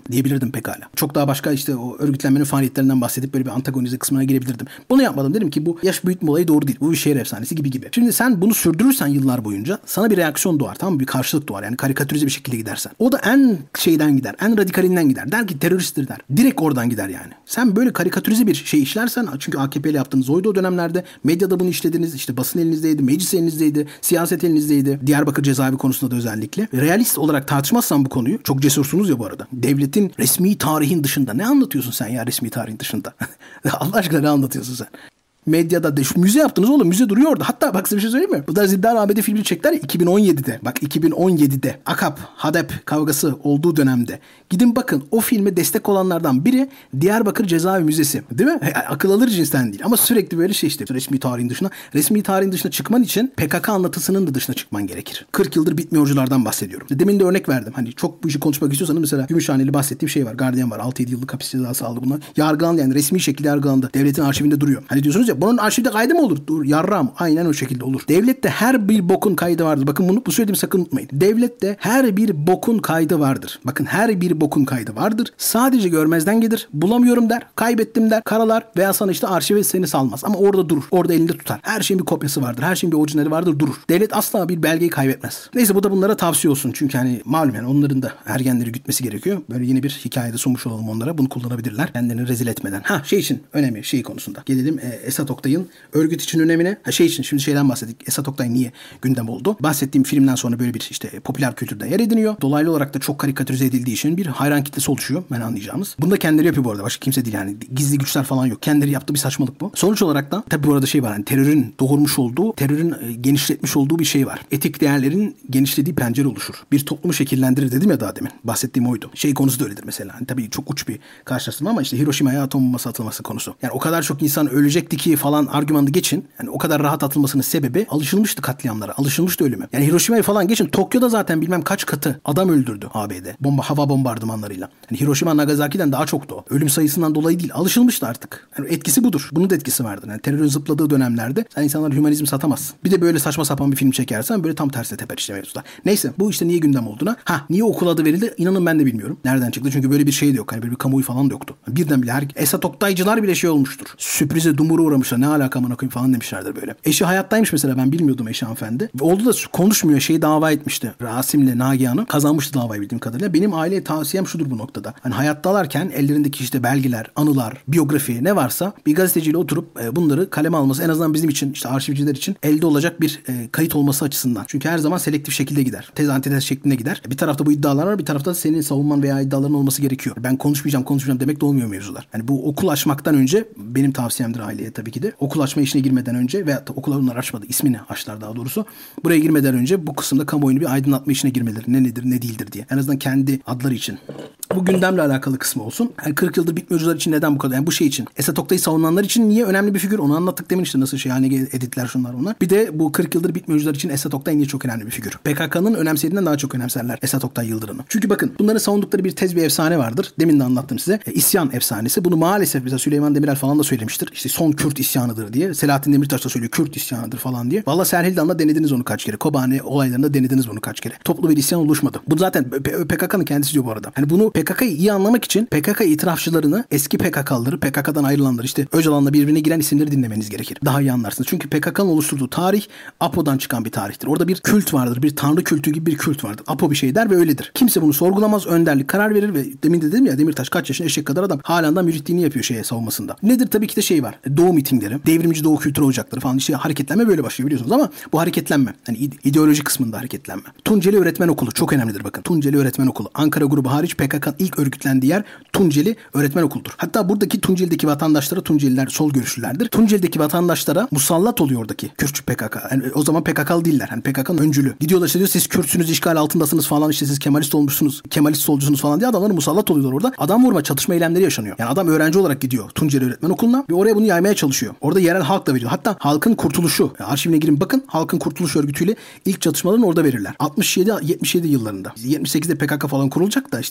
diyebilirdim pekala. Çok daha başka işte o örgütlenmenin faaliyetlerinden bahsedip böyle bir antagonize kısmına girebilirdim. Bunu yapmadım. Dedim ki bu yaş büyütme olayı doğru değil. Bu bir şehir efsanesi gibi. Şimdi sen bunu sürdürürsen yıllar boyunca sana bir reaksiyon doğar, tamam mı? Bir karşılık doğar. Yani karikatürize bir şekilde gidersen. O da en şeyden gider. En radikalinden gider. Der ki teröristtir der. Direkt oradan gider yani. Sen böyle karikatürize bir şey işlersen, çünkü AKP'yle yaptığınız oydu o dönemlerde. Medyada bunu işlediniz. İşte basın elinizdeydi. Meclis elinizdeydi. Siyaset elinizdeydi. Diyarbakır cezaevi konusunda da özellikle. Realist olarak tartışmazsan bu konuyu, çok cesursunuz ya bu arada. Devletin resmi tarihin dışında ne anlatıyorsun sen ya, resmi tarihin dışında? Allah aşkına ne anlatıyorsun sen? Medyada şu müze yaptınız oğlum. Müze duruyor orada. Hatta bak size bir şey söyleyeyim mi? Bu da Zindar Abedi filmini çektiler ya 2017'de. Bak 2017'de AKP, HADEP kavgası olduğu dönemde. Gidin bakın, o filme destek olanlardan biri Diyarbakır Cezaevi Müzesi. Değil mi? Akıl alır cinsten değil. Ama sürekli böyle şey işte. Resmi tarihin dışına. Resmi tarihin dışına çıkman için PKK anlatısının da dışına çıkman gerekir. 40 yıldır bitmiyorculardan bahsediyorum. Demin de örnek verdim. Hani çok bu işi konuşmak istiyorsanız mesela Gümüşhaneli bahsettiğim şey var. Gardiyan var. 6-7 yıllık hapis cezası aldı bunlar. Yargılandı yani, resmi şekilde yargılandı. Devletin arşivinde duruyor. Hani diyorsunuz ya, bunun arşivde kaydı mı olur? Dur yarram. Aynen o şekilde olur. Devlette her bir bokun kaydı vardır. Bakın bu söylediğimi sakın unutmayın. Devlette her bir bokun kaydı vardır. Bakın her bir bokun kaydı vardır. Sadece görmezden gelir. Bulamıyorum der. Kaybettim der. Karalar veya sana işte arşive seni salmaz. Ama orada durur. Orada elinde tutar. Her şeyin bir kopyası vardır. Her şeyin bir orijinali vardır. Durur. Devlet asla bir belgeyi kaybetmez. Neyse, bu da bunlara tavsiye olsun. Çünkü hani malum yani onların da ergenleri gütmesi gerekiyor. Böyle yeni bir hikayede sunmuş olalım onlara. Bunu kullanabilirler. Kendilerini rezil etmeden. Şey için önemli şey konusunda. Gelelim Esat Oktay'ın örgüt için önemine. Şey için şimdi şeyden bahsettik. Esat Oktay niye gündem oldu? Bahsettiğim filmden sonra böyle bir işte popüler kültürde yer ediniyor. Dolaylı olarak da çok karikatürize edildiği için bir hayran kitlesi oluşuyor. Ben anlayacağımız. Bunu da kendileri yapıyor bu arada. Başka kimse değil yani. Gizli güçler falan yok. Kendileri yaptığı bir saçmalık bu. Sonuç olarak da tabii bu arada şey var. Yani terörün doğurmuş olduğu, terörün genişletmiş olduğu bir şey var. Etik değerlerin genişlediği pencere oluşur. Bir toplumu şekillendirir dedim ya daha demin. Bahsettiğim oydu. Şey konusu da öyledir mesela. Hani tabii çok uç bir karşılaştırma ama işte Hiroşima'ya atom bombası atılması konusu. Yani o kadar çok insan ölecekti ki falan argümanı geçin. Yani o kadar rahat atılmasının sebebi alışılmıştı katliamlara. Alışılmıştı ölüme. Yani Hiroşima'yı falan geçin. Tokyo'da zaten bilmem kaç katı adam öldürdü ABD. Hava bombardımanlarıyla. Yani Hiroşima, Nagasaki'den daha çoktu o. Ölüm sayısından dolayı değil. Alışılmıştı artık. Yani etkisi budur. Bunun da etkisi vardır. Yani terörün zıpladığı dönemlerde sen insanlara hümanizm satamazsın. Bir de böyle saçma sapan bir film çekersen böyle tam tersine teper işte mevzuda. Neyse, bu işte niye gündem olduğuna. Niye okul adı verildi? İnanın ben de bilmiyorum. Nereden çıktı? Çünkü böyle bir şey de yok. Hani böyle bir kamuoyu falan da yoktu. Birden bile Esat Oktaycılar bile şey olmuştur. Sürprize dumura uğramışlar. Ne alaka amına koyayım falan demişlerdir böyle. Eşi hayattaymış mesela, ben bilmiyordum eşi hanımefendi. Ve oldu da konuşmuyor, dava etmişti. Rasim'le Nagihan'ı kazanmıştı davayı bildiğim kadarıyla. Benim aileye tavsiyem şudur bu noktada. Hani hayattalarken ellerindeki işte belgeler, anılar, biyografi ne varsa bir gazeteciyle oturup bunları kaleme alması, en azından bizim için, işte arşivciler için elde olacak bir kayıt olması açısından. Çünkü her zaman selektif şekilde gider. Tez antitez şeklinde gider. Bir tarafta bu iddialar var, bir tarafta senin savunman veya iddiaların olması gerekiyor. Ben konuşmayacağım demek de olmuyor mevzular. Hani bu okul açmaktan önce benim tavsiyemdir aileye tabii ki de. Okul açma işine girmeden önce veyahut da okula bunlar açmadı, ismini açtılar daha doğrusu. Buraya girmeden önce bu kısımda kamuoyunu bir aydınlatma işine girmeleri. Ne nedir, ne değildir diye. En azından kendi adları için. Bu gündemle alakalı kısmı olsun. Yani 40 yıldır bitmiyorcular için neden bu kadar? Yani bu şey için. Esat Oktay'ı savunanlar için niye önemli bir figür? Onu anlattık demin işte, nasıl şey haline editler şunlar onlar. Bir de bu 40 yıldır bitmiyorcular için Esat Oktay niye çok önemli bir figür? PKK'nın önemsediğinden daha çok önemserler Esat Oktay Yıldırım'ı. Çünkü bakın, bunların savundukları bir tez, bir efsane vardır. Demin de anlattım size. İsyan efsanesi. Bunu maalesef mesela Süleyman Demirel falan da söylemiştir. İşte son Kürt isyanıdır diye. Selahattin Demirtaş da söylüyor Kürt isyanıdır falan diye. Valla Serhildan'da denediniz onu kaç kere. Kobani olaylarında denediniz bunu kaç kere. Toplu bir isyan oluşmadı. Bu zaten PKK'nın kendisi diyor bu arada. Hani bunu PKK'yı iyi anlamak için PKK itirafçılarını, eski PKK'lıları, PKK'dan ayrılanları, işte Öcalan'la birbirine giren isimleri dinlemeniz gerekir. Daha iyi anlarsınız. Çünkü PKK'nın oluşturduğu tarih APO'dan çıkan bir tarihtir. Orada bir kült vardır. Bir tanrı kültü gibi bir kült vardır. APO bir şey der ve öyledir. Kimse bunu sorgulamaz. Önderlik karar verir ve demin de dedim ya, Demirtaş kaç yaşında eşek kadar adam. Halen daha müritliğini yapıyor savunmasında. Nedir? Tabii ki de şey var. Doğu mitingleri, devrimci Doğu kültürü ocakları falan, işte hareketlenme böyle başlıyor biliyorsunuz ama bu hareketlenme, hani ideoloji kısmında hareketlenme. Tunceli Öğretmen Okulu çok önemlidir bakın. Tunceli Öğretmen Okulu. Ankara grubu hariç PKK'nın ilk örgütlendiği yer Tunceli Öğretmen Okulu'dur. Hatta buradaki Tunceli'deki vatandaşlara, Tunceliler sol görüşlülerdir. Tunceli'deki vatandaşlara musallat oluyor oradaki Kürtçü PKK. Yani o zaman PKK'lı değiller. Hani PKK'nın öncülü. Gidiyorlar işte diyor, siz Kürtsünüz, işgal altındasınız falan, işte siz Kemalist olmuşsunuz, Kemalist solcusunuz falan diye adamları musallat oluyorlar orada. Adam vurma, çatışma eylemleri yaşanıyor. Yani adam öğrenci olarak gidiyor Tunceli Öğretmen Okulu'na ve oraya bunu yaymaya çalışıyor. Orada yerel halk da veriyor. Hatta Halkın Kurtuluşu, arşivine girin bakın, Halkın Kurtuluş örgütüyle ilk çatışmalarını orada verirler. 67-77 yıllarında. 78'de PKK falan kurulacak da işte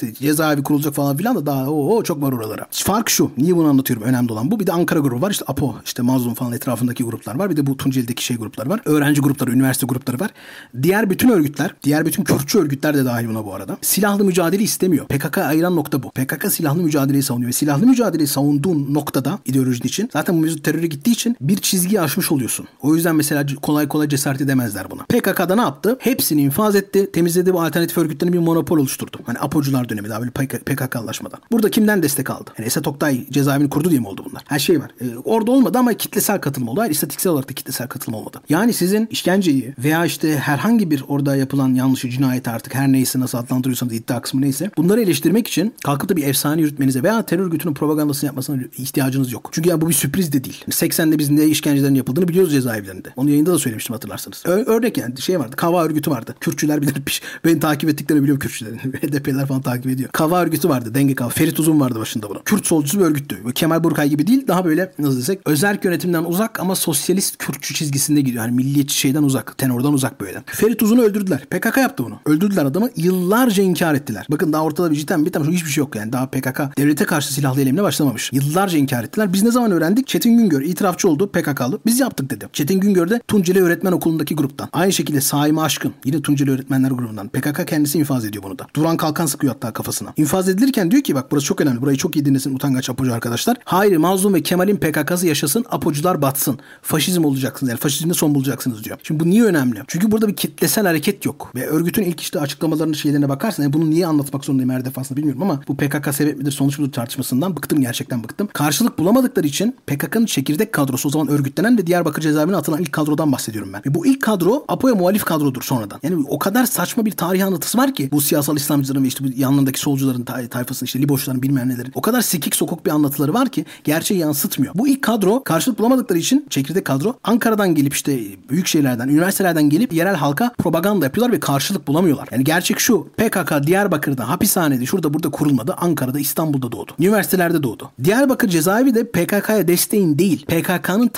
cezaevi kurulacak falan filan da daha çok var oralara. Fark şu. Niye bunu anlatıyorum? Önemli olan bu. Bir de Ankara grubu var. İşte Apo, işte Mazlum falan etrafındaki gruplar var. Bir de bu Tunceli'deki gruplar var. Öğrenci grupları, üniversite grupları var. Diğer bütün örgütler, diğer bütün Kürtçü örgütler de dahil buna bu arada. Silahlı mücadele istemiyor. PKK ayıran nokta bu. PKK silahlı mücadeleyi savunuyor ve silahlı mücadeleyi savunduğun noktada ideolojinin için zaten bu mevcut teröre gittiği için bir çizgiyi aşmış oluyorsun. O yüzden mesela kolay kolay cesaret edemezler buna. PKK'da ne yaptı? Hepsini infaz etti. Temizledi, bu alternatif örgütlerin bir monopol oluşturdu. Hani Apocular dönemi daha böyle PKK'laşmadan. Burada kimden destek aldı? Yani Esat Oktay cezaevini kurdu diye mi oldu bunlar? Her şey var. Orada olmadı ama kitlesel katılım oldu. Hayır, istatistiksel olarak da kitlesel katılım olmadı. Yani sizin işkenceyi veya işte herhangi bir orada yapılan yanlışı, cinayeti artık her neyse nasıl adlandırıyorsanız iddia kısmı neyse bunları eleştirmek için kalkıp da bir efsane yürütmenize veya terör örgütünün propagandasını yapmasına ihtiyacınız yok. Çünkü ya bu bir sürpriz de değil. 80'de biz ne işkencelerin yapıldığını biliyoruz cezaevlerinde. Onu yayında da söylemiştim, hatırlarsanız. Örnek yani şey vardı. Kava örgütü vardı. Kürtçüler bilirmiş. Beni takip ettiklerini biliyorum Kürtçülerin. HDP'ler falan takip ediyor. Kava örgütü vardı. Denge Kava. Ferit Uzun vardı başında bunun. Kürt solcusu bir örgüttü. Böyle Kemal Burkay gibi değil. Daha böyle nasıl desek özerk yönetimden uzak ama sosyalist Kürtçü çizgisinde gidiyor. Yani milliyetçi şeyden uzak. Tenordan uzak böyle. Ferit Uzun'u öldürdüler. PKK yaptı bunu. Öldürdüler adamı. Yıllarca inkar ettiler. Bakın daha ortada bir cidden hiçbir şey yok yani. Daha PKK devlete karşı silahlı eylemine başlamamış. Yıllarca inkar ettiler. Biz ne zaman öğrendik? Çetin Güngör itirafçı oldu. PKK'lı. Biz yaptık dedi. Çetin Güngör de Tunceli Öğretmen Okulu'ndaki gruptan. Aynı şekilde Saime Aşkın. Yine Tunceli Öğretmenler grubundan. PKK kendisi infaz ediyor bunu da. Duran Kalkan sıkıyor hatta kafasına. İnfaz edilirken diyor ki bak burası çok önemli. Burayı çok iyi dinlesin utangaç Apocu arkadaşlar. Hayır, Mazlum ve Kemal'in PKK'sı yaşasın. Apocular batsın. Faşizm olacaksınız. Yani faşizmde son bulacaksınız diyor. Şimdi bu niye önemli? Çünkü burada bir kitlesel hareket yok. Ve örgütün ilk işte açıklamalarının şeylerine bakarsan yani bunu niye anlatmak zorundayım her defasında bilmiyorum ama bu PKK sebep midir sonuç mudur tartışmasından bıktım, gerçekten bıktım. Karşılık bulamadıkları için PKK'nın çekirdek kadrosu, o zaman örgütlenen ve Diyarbakır cezaevine atılan ilk kadrodan bahsediyorum ben. Ve bu ilk kadro Apo'ya muhalif kadrodur sonradan. Yani o kadar saçma bir tarih anlatısı var ki bu siyasal İslamcıların ve işte bu yanlarındaki solcuların tayfasının işte Liboşların bilmem nelerin o kadar sikik sokuk bir anlatıları var ki gerçeği yansıtmıyor. Bu ilk kadro karşılık bulamadıkları için çekirdek kadro Ankara'dan gelip işte büyük şehirlerden, üniversitelerden gelip yerel halka propaganda yapıyorlar ve karşılık bulamıyorlar. Yani gerçek şu: PKK Diyarbakır'da hapishanede şurada burada kurulmadı. Ankara'da, İstanbul'da doğdu. Üniversitelerde doğdu. Diyarbakır cezaevi de PKK'ya desteğin değil, PKK'nın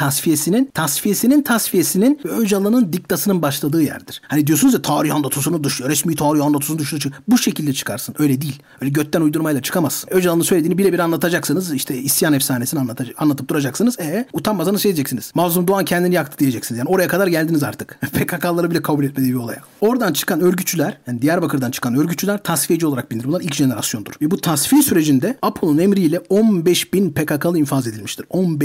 tasfiyesinin ve Öcalan'ın diktasının başladığı yerdir. Hani diyorsunuz ya tarih anlatısını dışlıyor, resmi tarih anlatısını dışlıyor. Bu şekilde çıkarsın. Öyle değil. Öyle götten uydurmayla çıkamazsın. Öcalan'ın söylediğini birebir anlatacaksınız. İşte isyan efsanesini anlatıp duracaksınız. Utanmasanız şey diyeceksiniz. Mazlum Doğan kendini yaktı diyeceksiniz. Yani oraya kadar geldiniz artık. PKK'ları bile kabul etmediği bir olaya. Oradan çıkan örgütçüler, yani Diyarbakır'dan çıkan örgütçüler tasfiyeci olarak bilinir. Bunlar ilk jenerasyondur. Ve bu tasfiye sürecinde Apo'nun emriyle 15.000 PKK'lı infaz edilmiştir.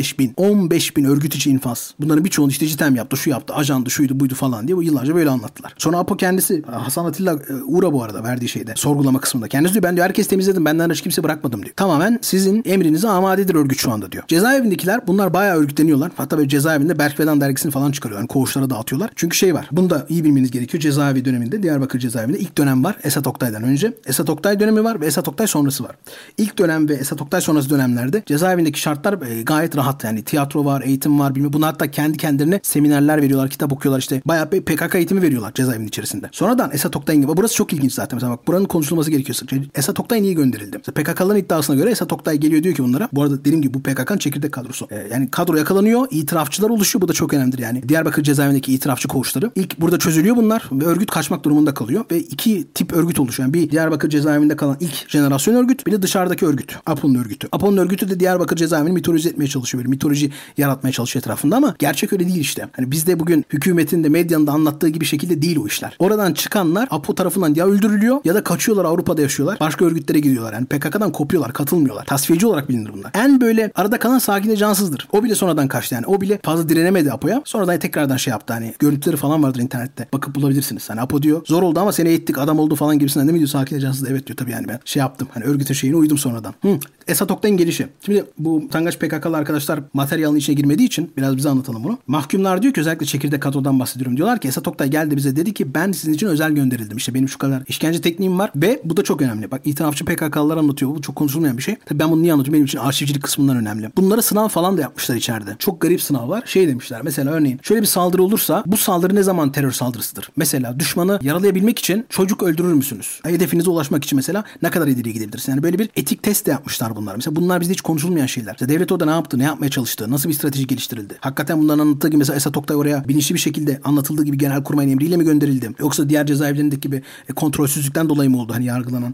15.000 örgüt içi infaz. Bunların birçoğunu işte JITEM yaptı, şu yaptı, ajandı, şuydu, buydu falan diye bu yıllarca böyle anlattılar. Sonra Apo kendisi, Hasan Atilla Uğur'a bu arada verdiği şeyde, sorgulama kısmında kendisi diyor ben diyor herkes temizledim, benden hiç kimse bırakmadım diyor. Tamamen sizin emrinize amadedir örgüt şu anda diyor. Cezaevindekiler bunlar bayağı örgütleniyorlar. Hatta böyle cezaevinde Berk Vedan dergisini falan çıkarıyor. Yani koğuşlara dağıtıyorlar. Çünkü şey var. Bunu da iyi bilmeniz gerekiyor. Cezaevi döneminde, Diyarbakır cezaevinde ilk dönem var. Esat Oktay'dan önce. Esat Oktay dönemi var ve Esat Oktay sonrası var. İlk dönem ve Esat Oktay sonrası dönemlerde cezaevindeki şartlar gayet rahat. Yani tiyatro var, eğitim var, bilmem. Bunu hatta kendi kendilerine seminerler veriyorlar, kitap okuyorlar işte. Bayağı bir PKK eğitimi veriyorlar cezaevinin içerisinde. Sonradan Esat Oktay'ın gibi. Burası çok ilginç zaten. Mesela bak buranın konuşulması gerekiyor. Esat Oktay niye gönderildi? PKK'ların iddiasına göre Esat Oktay geliyor diyor ki bunlara. Bu arada dediğim gibi bu PKK'nın çekirdek kadrosu. Yani kadro yakalanıyor. İtirafçılar oluşuyor. Bu da çok önemlidir yani. Diyarbakır cezaevindeki itirafçı koğuşları. İlk burada çözülüyor bunlar ve örgüt kaçmak durumunda kalıyor. Ve iki tip örgüt oluşuyor. Yani bir Diyarbakır cezaevinde kalan ilk jenerasyon örgüt. Bir de dışarıdaki örgüt. Apo'nun örgütü. Apo'nun örgütü de Diyarbakır cezaevini mitoloji etmeye çalışıyor. Böyle mitoloji yaratmaya çalışıyor etrafında ama gerçek öyle değil işte. Hani bizde bugün hükümetin de medyanın da anlattığı gibi şekilde değil o işler. Oradan çıkanlar Apo tarafından ya öldürülüyor ya da kaçıyorlar, Avrupa'da yaşıyorlar. Başka örgütlere gidiyorlar. Yani PKK'dan kopuyorlar, katılmıyorlar. Tasfiyeci olarak bilinir bunlar. En böyle arada kalan Sakin de cansızdır. O bile sonradan kaçtı yani. O bile fazla direnemedi Apo'ya. Sonradan tekrardan şey yaptı hani. Görüntüleri falan vardır internette. Bakıp bulabilirsiniz. Hani Apo diyor zor oldu ama seni eğittik, adam oldu falan gibisinden değil mi diyor Sakin de cansız. Evet diyor tabii yani ben şey yaptım. Hani örgütün şeyine uydum sonradan. Esat Oktay'ın gelişi. Şimdi bu utangaç PKK'lı arkadaşlar materyalin içine girmediği için biraz bize anlatalım bunu. Mahkumlar diyor ki özellikle çekirdek kadrodan bahsediyorum. Diyorlar ki Esat Oktay geldi bize dedi ki ben sizin için özel gönderildim. İşte benim şu kadar işkence tekniğim var ve bu da çok önemli. Bak itirafçı PKK'lılar anlatıyor. Bu çok konuşulmayan bir şey. Tabii ben bunu niye anlatıyorum? Benim için arşivcilik kısmından önemli. Bunlara sınav falan da yapmışlar içeride. Çok garip sınavlar. Şey demişler mesela örneğin şöyle bir saldırı olursa bu saldırı ne zaman terör saldırısıdır? Mesela düşmanı yaralayabilmek için çocuk öldürür müsünüz? Hedefinize ulaşmak için mesela ne kadar ileriye gidebilirsiniz? Yani böyle bir etik test de yapmışlar bunlar. Mesela bunlar bizde hiç konuşulmayan şeyler. Mesela devlet orada ne yaptı? Ne yapmaya çalıştı? Nasıl bir strateji geliştirildi? Hakikaten bunların anlattığı gibi mesela Esat Oktay oraya bilinçli bir şekilde anlatıldığı gibi Genelkurmay'ın emriyle mi gönderildi? Yoksa diğer cezaevlerindeki gibi kontrolsüzlükten dolayı mı oldu? Hani yargılanan Guardian'la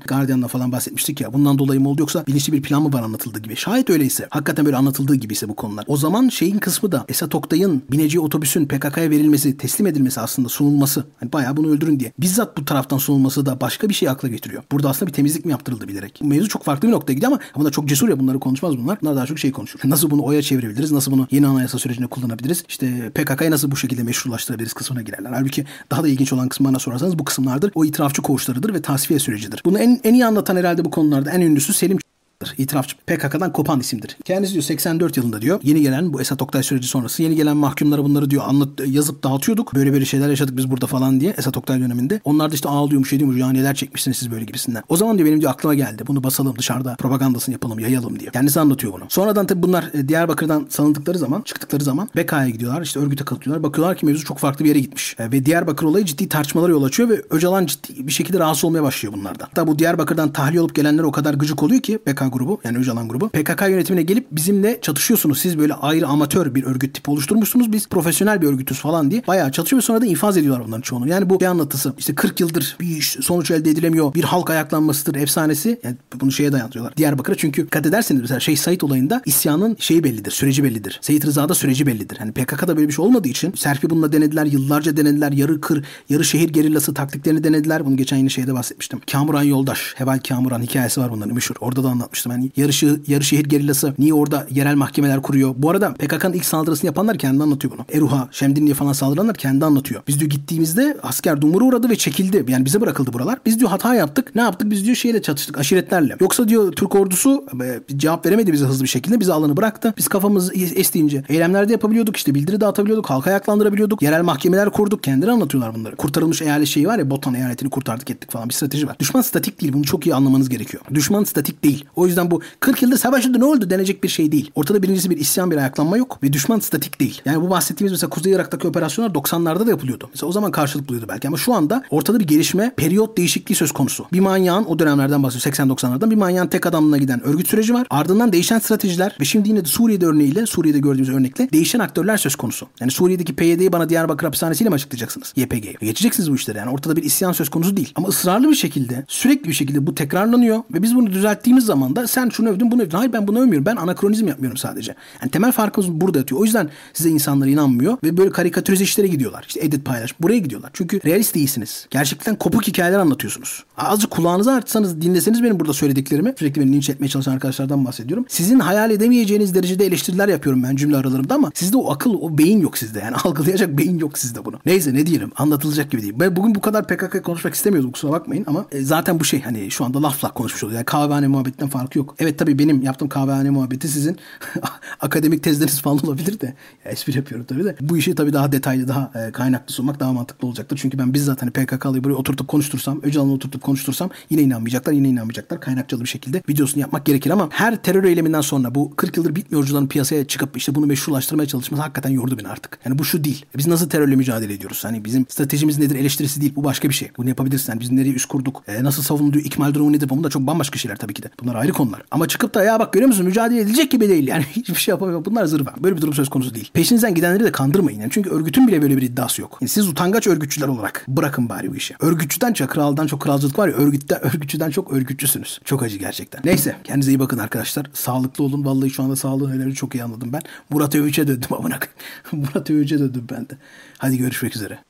falan bahsetmiştik ya. Bundan dolayı mı oldu yoksa bilinçli bir plan mı var anlatıldığı gibi? Şayet öyleyse, hakikaten böyle anlatıldığı gibiyse bu konular. O zaman şeyin kısmı da Esat Oktay'ın bineceği otobüsün PKK'ya verilmesi, teslim edilmesi, aslında sunulması. Hani bayağı bunu öldürün diye. Bizzat bu taraftan sunulması da başka bir şey akla getiriyor. Burada aslında bir temizlik mi yaptırıldı bilerek? Mevzu çok farklı bir noktaya gidiyor ama bunlar çok cesur ya, bunları konuşmaz bunlar. Bunlar daha çok şey konuşur. Nasıl bunu oya çevirebiliriz? Nasıl bunu yeni anayasa sürecinde kullanabiliriz? İşte PKK'yı nasıl bu şekilde meşrulaştırabiliriz kısmına girerler. Halbuki daha da ilginç olan kısımlarına sorarsanız bu kısımlardır. O itirafçı koğuşlarıdır ve tasfiye sürecidir. Bunu en iyi anlatan herhalde bu konularda en ünlüsü Selim İtirafçı, PKK'dan kopan isimdir. Kendisi diyor 84 yılında diyor yeni gelen bu Esat Oktay süreci sonrası yeni gelen mahkumlara bunları diyor yazıp dağıtıyorduk. Böyle şeyler yaşadık biz burada falan diye Esat Oktay döneminde. Onlar da işte ağlıyormuş ediyormuş ya neler çekmişsiniz siz böyle gibisinden. O zaman diyor benim diyor aklıma geldi. Bunu basalım dışarıda propagandasını yapalım yayalım diye. Kendisi anlatıyor bunu. Sonradan tabii bunlar Diyarbakır'dan çıktıkları zaman BK'ya gidiyorlar. İşte örgüte katılıyorlar. Bakıyorlar ki mevzu çok farklı bir yere gitmiş. Ve Diyarbakır olayı ciddi tartışmalara yol açıyor ve Öcalan ciddi bir şekilde rahatsız olmaya başlıyor bunlardan. Hatta bu Diyarbakır'dan tahliye olup gelenler o kadar gıcık oluyor ki BK grubu yani Öcalan grubu PKK yönetimine gelip bizimle çatışıyorsunuz. Siz böyle ayrı amatör bir örgüt tipi oluşturmuşsunuz. Biz profesyonel bir örgütüz falan diye bayağı çatışıyor ve sonra da infaz ediyorlar bunların çoğunu. Yani bu bir anlatısı. İşte 40 yıldır bir sonuç elde edilemiyor. Bir halk ayaklanmasıdır efsanesi. Yani bunu şeye dayatıyorlar. Diyarbakır'a çünkü dikkat ederseniz mesela Şeyh Said olayında isyanın şeyi bellidir. Süreci bellidir. Seyit Rıza'da süreci bellidir. Hani PKK'da böyle bir şey olmadığı için Serpil bununla denediler. Yıllarca denediler. Yarı şehir gerillası taktiklerini denediler. Bunu geçen yine şeyde bahsetmiştim. Kamuran Yoldaş. Heval Kamuran hikayesi var bunların meşhur. Orada da anlatmıştım. Yani yarı şehir gerillası niye orada yerel mahkemeler kuruyor? Bu arada PKK'nın ilk saldırısını yapanlar kendi anlatıyor bunu. Eruh'a, Şemdinli'ye falan saldıranlar kendi anlatıyor. Biz diyor gittiğimizde asker dumura uğradı ve çekildi. Yani bize bırakıldı buralar. Biz diyor hata yaptık. Ne yaptık? Biz diyor şeyle çatıştık. Aşiretlerle. Yoksa diyor Türk ordusu cevap veremedi bize hızlı bir şekilde. Bize alanı bıraktı. Biz kafamız estiğince eylemlerde yapabiliyorduk. İşte bildiri dağıtabiliyorduk. Halka ayaklandırabiliyorduk. Yerel mahkemeler kurduk. Kendileri anlatıyorlar bunları. Kurtarılmış eyalet şeyi var ya, Botan eyaletini kurtardık ettik falan bir strateji var. Düşman statik değil. Bunu çok iyi anlamanız gerekiyor. Düşman statik değil. O yüzden bu 40 yıldır savaşında ne oldu denecek bir şey değil. Ortada birincisi bir isyan, bir ayaklanma yok ve düşman statik değil. Yani bu bahsettiğimiz mesela Kuzey Irak'taki operasyonlar 90'larda da yapılıyordu. Mesela o zaman karşılık buluyordu belki ama şu anda ortada bir gelişme, periyot değişikliği söz konusu. Bir manyağın o dönemlerden bahsediyor 80-90'lardan bir manyağın tek adamlığına giden örgüt süreci var. Ardından değişen stratejiler ve şimdi yine de Suriye'de gördüğümüz örnekle değişen aktörler söz konusu. Yani Suriye'deki PYD'yi bana Diyarbakır hapishanesiyle mi açıklayacaksınız? YPG'yi. Geçeceksiniz bu işleri yani. Ortada bir isyan söz konusu değil. Ama ısrarlı bir şekilde, sürekli bir şekilde bu tekrarlanıyor ve biz bunu düzelttiğimiz zaman da sen şunu övdün, bunu övdün. Hayır ben bunu övmüyorum. Ben anakronizm yapmıyorum sadece. Yani temel farkımız burada yatıyor. O yüzden size insanlar inanmıyor ve böyle karikatürize işlere gidiyorlar. İşte edit paylaş. Buraya gidiyorlar. Çünkü realist değilsiniz. Gerçekten kopuk hikayeler anlatıyorsunuz. Azıcık kulağınızı açsanız, dinleseniz benim burada söylediklerimi, sürekli beni linç etmeye çalışan arkadaşlardan bahsediyorum. Sizin hayal edemeyeceğiniz derecede eleştiriler yapıyorum ben cümle aralarımda ama sizde o akıl, o beyin yok sizde. Yani algılayacak beyin yok sizde bunu. Neyse ne diyelim. Anlatılacak gibi değil. Ben bugün bu kadar PKK konuşmak istemiyordum. Kusura bakmayın ama zaten bu şey hani şu anda laf konuşmuş oluyor. Yani kahvehane muhabbetinden farkı yok. Evet tabii benim yaptığım kahvehane muhabbeti sizin akademik tezleriniz falan olabilir de. Ya, espri yapıyorum tabii de. Bu işi tabii daha detaylı, daha kaynaklı sunmak daha mantıklı olacaktır. Çünkü ben bizzat hani PKK'lıyı buraya oturtup konuştursam, Öcalan'ı oturtup konuştursam yine inanmayacaklar. Kaynakçalı bir şekilde videosunu yapmak gerekir ama her terör eyleminden sonra bu 40 yıldır bitmiyorcuların piyasaya çıkıp işte bunu meşrulaştırmaya çalışması hakikaten yordu beni artık. Yani bu şu değil. Biz nasıl terörle mücadele ediyoruz? Hani bizim stratejimiz nedir? Eleştirisi değil. Bu başka bir şey. Bunu yapabilirsin. Yani biz nereye üst kurduk? Nasıl savunuluyor? İkmal durumu nedir? Bunlar çok bambaşka şeyler tabii ki de. Bunlar ayrı konular. Ama çıkıp da ya bak görüyor musun? Mücadele edilecek gibi değil. Yani hiçbir şey yapamıyor. Bunlar zırva. Böyle bir durum söz konusu değil. Peşinizden gidenleri de kandırmayın. Yani çünkü örgütün bile böyle bir iddiası yok. Yani siz utangaç örgütçüler olarak bırakın bari bu işi. Örgütçüden çok kraldan çok kralcılık var ya, örgütçüden çok örgütçüsünüz. Çok acı gerçekten. Neyse kendinize iyi bakın arkadaşlar. Sağlıklı olun. Vallahi şu anda sağlığın önemini çok iyi anladım ben. Murat Övüç'e döndüm amına. Murat Övüç'e döndüm ben de. Hadi görüşmek üzere.